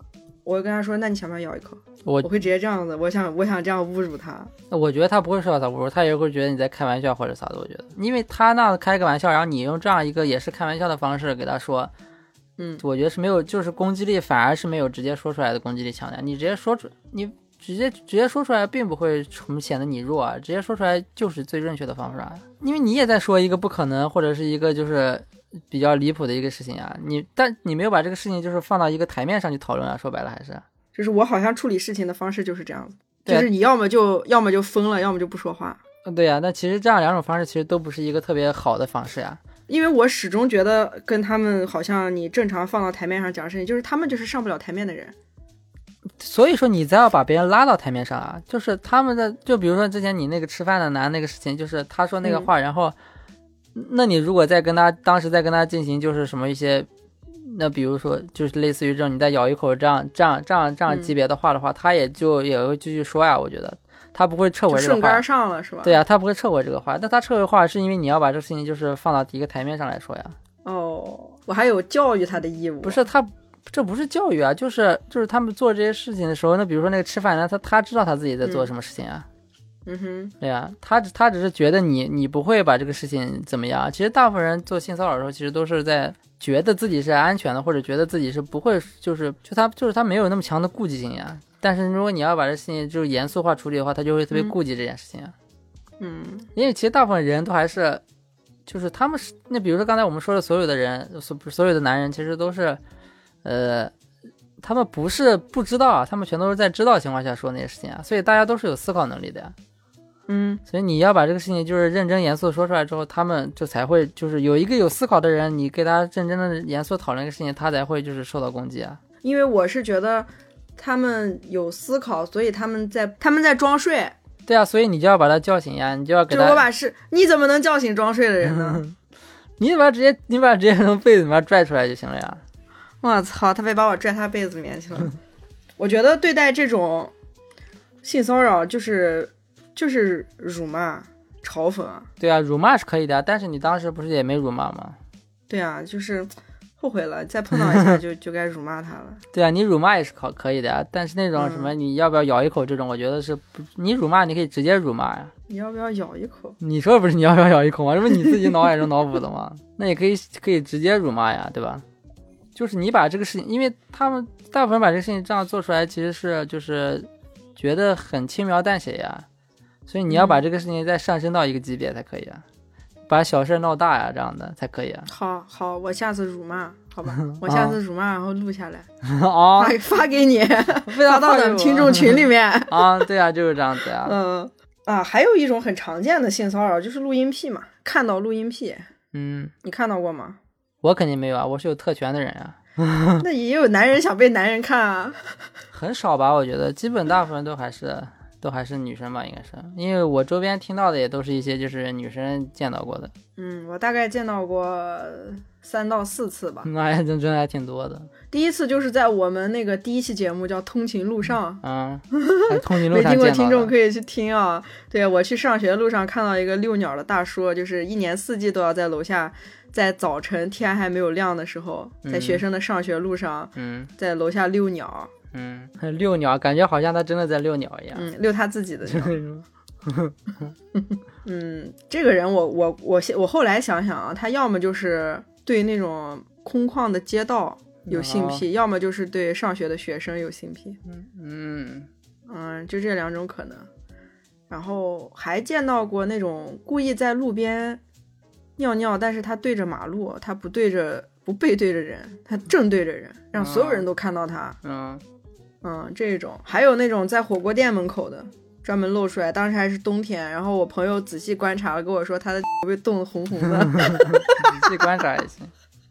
我会跟他说，那你想不想咬一口？ 我我会直接这样子，我想我想这样侮辱他。 我觉得他不会受到他侮辱，他也会觉得你在开玩笑或者啥的。我觉得，因为他那样开个玩笑，然后你用这样一个也是开玩笑的方式给他说， 嗯， 我觉得是没有，就是攻击力反而是没有直接说出来的攻击力强的。你直接说出，你直接直接说出来，并不会显得你弱啊，直接说出来就是最正确的方法，因为你也在说一个不可能或者是一个就是比较离谱的一个事情啊，你但你没有把这个事情就是放到一个台面上去讨论啊，说白了还是。 就是我好像处理事情的方式就是这样子，就是你要么就要么就疯了，要么就不说话。 对呀、啊，那其实这样两种方式其实都不是一个特别好的方式呀。 因为我始终觉得跟他们好像你正常放到台面上讲事情，就是他们就是上不了台面的人。 所以说你再要把别人拉到台面上啊，就是他们的，就比如说之前你那个吃饭的男那个事情，就是他说那个话，嗯、然后那你如果再跟他当时再跟他进行就是什么一些。那比如说就是类似于这种你再咬一口这样这样这样这样级别的话的话、嗯、他也就也会继续说呀，我觉得他不会撤回这个话， 顺杆上了是吧？ 对呀、啊，他不会撤回这个话，那他撤回话是因为你要把这个事情就是放到一个台面上来说呀。 哦，我还有教育他的义务。 不是他这不是教育啊，就是就是他们做这些事情的时候，那比如说那个吃饭呢，他他知道他自己在做什么事情啊。 嗯哼， 对呀、啊，他他只是觉得你你不会把这个事情怎么样。其实大部分人做性骚扰的时候，其实都是在觉得自己是安全的，或者觉得自己是不会，就是就他就是他没有那么强的顾忌性呀。但是如果你要把这事情就是严肃化处理的话，他就会特别顾忌这件事情啊。 嗯， 因为其实大部分人都还是，就是他们是那比如说刚才我们说的所有的人，所所有的男人其实都是，呃。他们不是不知道啊，他们全都是在知道情况下说那些事情啊，所以大家都是有思考能力的呀。 嗯， 所以你要把这个事情就是认真严肃说出来之后，他们就才会就是有一个有思考的人，你给他认真的严肃讨论一个事情，他才会就是受到攻击啊。 因为我是觉得他们有思考，所以他们在他们在装睡。 对啊，所以你就要把他叫醒呀，你就要给他。 就我把是，你怎么能叫醒装睡的人呢？ 你把直接你把直接从被子里面拽出来就行了呀。 我操，他别把我拽他被子里面去了。我觉得对待这种性骚扰就是就是辱骂嘲讽啊。 对啊，辱骂是可以的，但是你当时不是也没辱骂吗？ 对啊，就是后悔了，再碰到一下就就该辱骂他了。 对啊，你辱骂也是可可以的，但是那种什么你要不要咬一口这种，我觉得是不，你辱骂你可以直接辱骂呀。 你要不要咬一口？ 你说不是你要不要咬一口吗？这不是你自己脑海中脑补的吗？那也可以可以直接辱骂呀，对吧？就是你把这个事情，因为他们大部分人把这个事情这样做出来，其实是就是觉得很轻描淡写呀，所以你要把这个事情再上升到一个级别才可以啊，嗯、把小事闹大呀，这样的才可以啊。 好好，我下次辱骂，好吧，我下次辱骂然后录下来， 哦、 发发给你，发到咱们听众群里面啊。对啊，就是这样子啊。 嗯啊，还有一种很常见的性骚扰就是录音癖嘛，看到录音癖， 嗯， 你看到过吗？ 我肯定没有啊，我是有特权的人啊。 那也有男人想被男人看啊。 很少吧，我觉得基本大部分都还是都还是女生吧，应该是，因为我周边听到的也都是一些就是女生见到过的。嗯， 我大概见到过三到四次吧。 那还真真还挺多的。 第一次就是在我们那个第一期节目叫《通勤路上》， 嗯，通勤路上没听过听众可以去听啊。对，我去上学的路上看到一个遛鸟的大叔，就是一年四季都要在楼下，在早晨天还没有亮的时候，在学生的上学路上，嗯，在楼下遛鸟。 嗯，遛鸟，感觉好像他真的在遛鸟一样。 嗯，遛他自己的鸟。嗯，这个人我我我我后来想想啊，他要么就是对那种空旷的街道有性癖，哦、要么就是对上学的学生有性癖。 嗯嗯嗯，就这两种可能。然后还见到过那种故意在路边尿尿，但是他对着马路，他不对着不背对着人，他正对着人，让所有人都看到他。 嗯嗯，这种还有那种在火锅店门口的。专门露出来，当时还是冬天，然后我朋友仔细观察了，跟我说他的被冻得红红的。 仔细观察也行。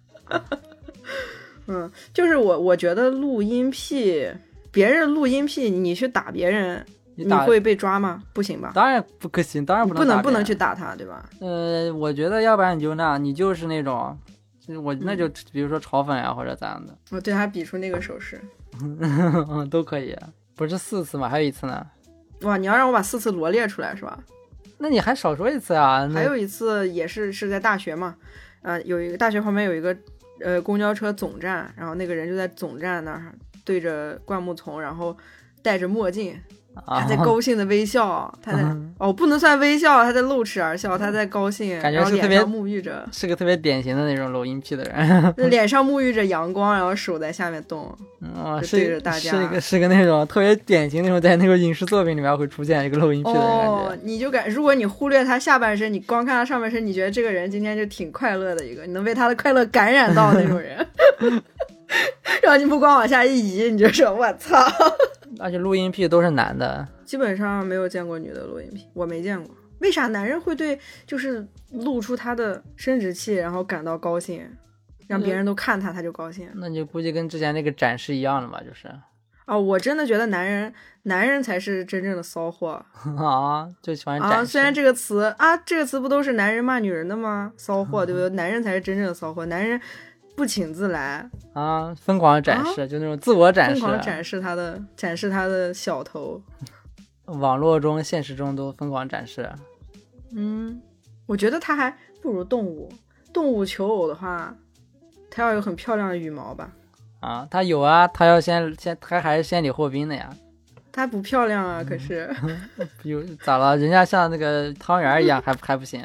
嗯，就是我我觉得录音癖，别人录音癖，你去打别人，你, 你会被抓吗？不行吧？ 当然不可行，当然不能不能不能去打他，对吧？ 呃，我觉得要不然你就那样，你就是那种，我那就比如说嘲讽呀或者咋样的， 我对他比出那个手势， 嗯，都可以。不是四次吗？还有一次呢。 哇，你要让我把四次罗列出来是吧？ 那你还少说一次啊！ 还有一次也是是在大学嘛，呃，有一个大学旁边有一个呃公交车总站，然后那个人就在总站那儿对着灌木丛，然后戴着墨镜， 啊他在高兴的微笑，他在、 嗯、 哦不能算微笑，他在露齿而笑，他在高兴， 感觉是特别然后脸上沐浴着， 是个特别典型的那种搂阴癖的人， 脸上沐浴着阳光，然后手在下面动， 嗯， 就对着大家， 是一个是个那种特别典型那种在那个影视作品里面会出现一个露阴癖的人感觉。 哦，你就感如果你忽略他下半身，你光看他上半身，你觉得这个人今天就挺快乐的一个，你能被他的快乐感染到那种人。然后你不光往下一移，你就说我操。 而且录音癖都是男的， 基本上没有见过女的录音癖，我没见过。为啥男人会对就是露出他的生殖器然后感到高兴，让别人都看他他就高兴？ 那就估计跟之前那个展示一样的嘛，就是哦，我真的觉得男人男人才是真正的骚货啊，就喜欢展示啊。虽然这个词啊，这个词不都是男人骂女人的吗？骚货，对不对？男人才是真正的骚货，男人不请自来啊，疯狂展示、啊、就那种自我展示， 疯狂展示他的展示他的小头， 网络中现实中都疯狂展示。 嗯，我觉得他还不如动物。动物求偶的话，他要有很漂亮的羽毛吧？ 啊，他有啊，他要先先他还是先礼后兵的呀。 他不漂亮啊，可是有咋了？人家像那个汤圆一样，还还不行。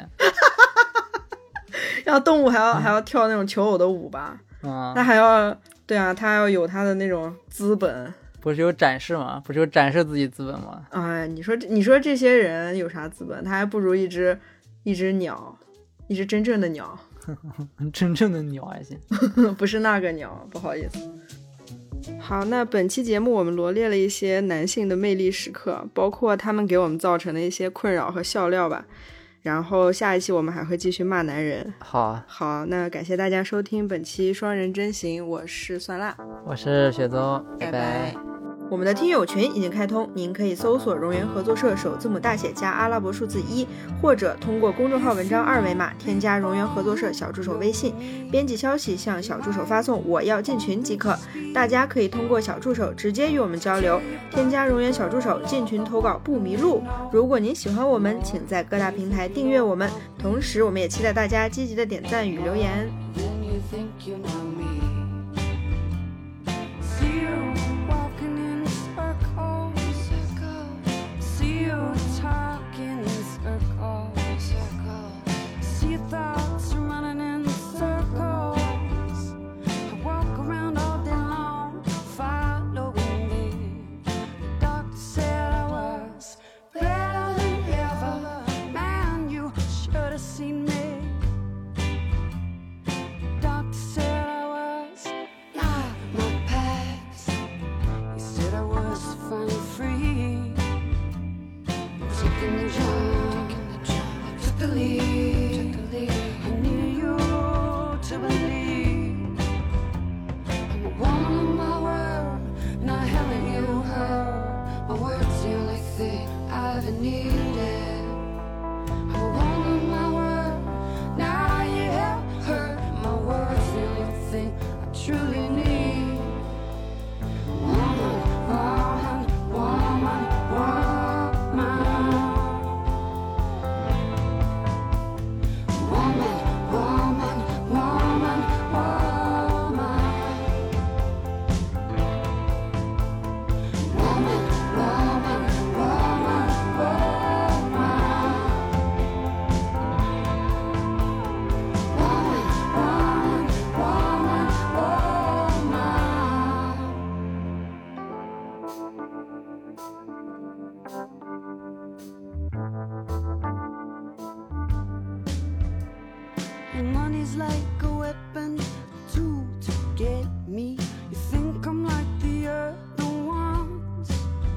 然后动物还要、嗯、还要跳那种求偶的舞吧？ 嗯， 那还要对啊，他要有他的那种资本。 不是有展示吗？不是有展示自己资本吗？ 哎，你说你说这些人有啥资本？他还不如一只一只鸟，一只真正的鸟。 真正的鸟还行， 不是那个鸟，不好意思。好，那本期节目我们罗列了一些男性的魅力时刻，包括他们给我们造成的一些困扰和笑料吧。然后下一期我们还会继续骂男人。 好好，那感谢大家收听本期双人真行，我是酸辣， 我是雪宗， 拜拜。我们的听友群已经开通，您可以搜索荣源合作社首字母大写加阿拉伯数字一，或者通过公众号文章二维码添加荣源合作社小助手微信，编辑消息向小助手发送我要进群即可。大家可以通过小助手直接与我们交流，添加荣源小助手进群投稿不迷路。如果您喜欢我们，请在各大平台订阅我们，同时我们也期待大家积极的点赞与留言。Money's like a weapon, a tool to get me. You think I'm like the other ones?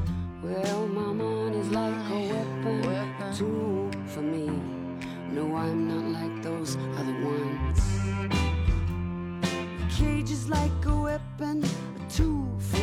Well, my money's like a weapon, a tool for me. No, I'm not like those other ones. A cage is like a weapon, a tool for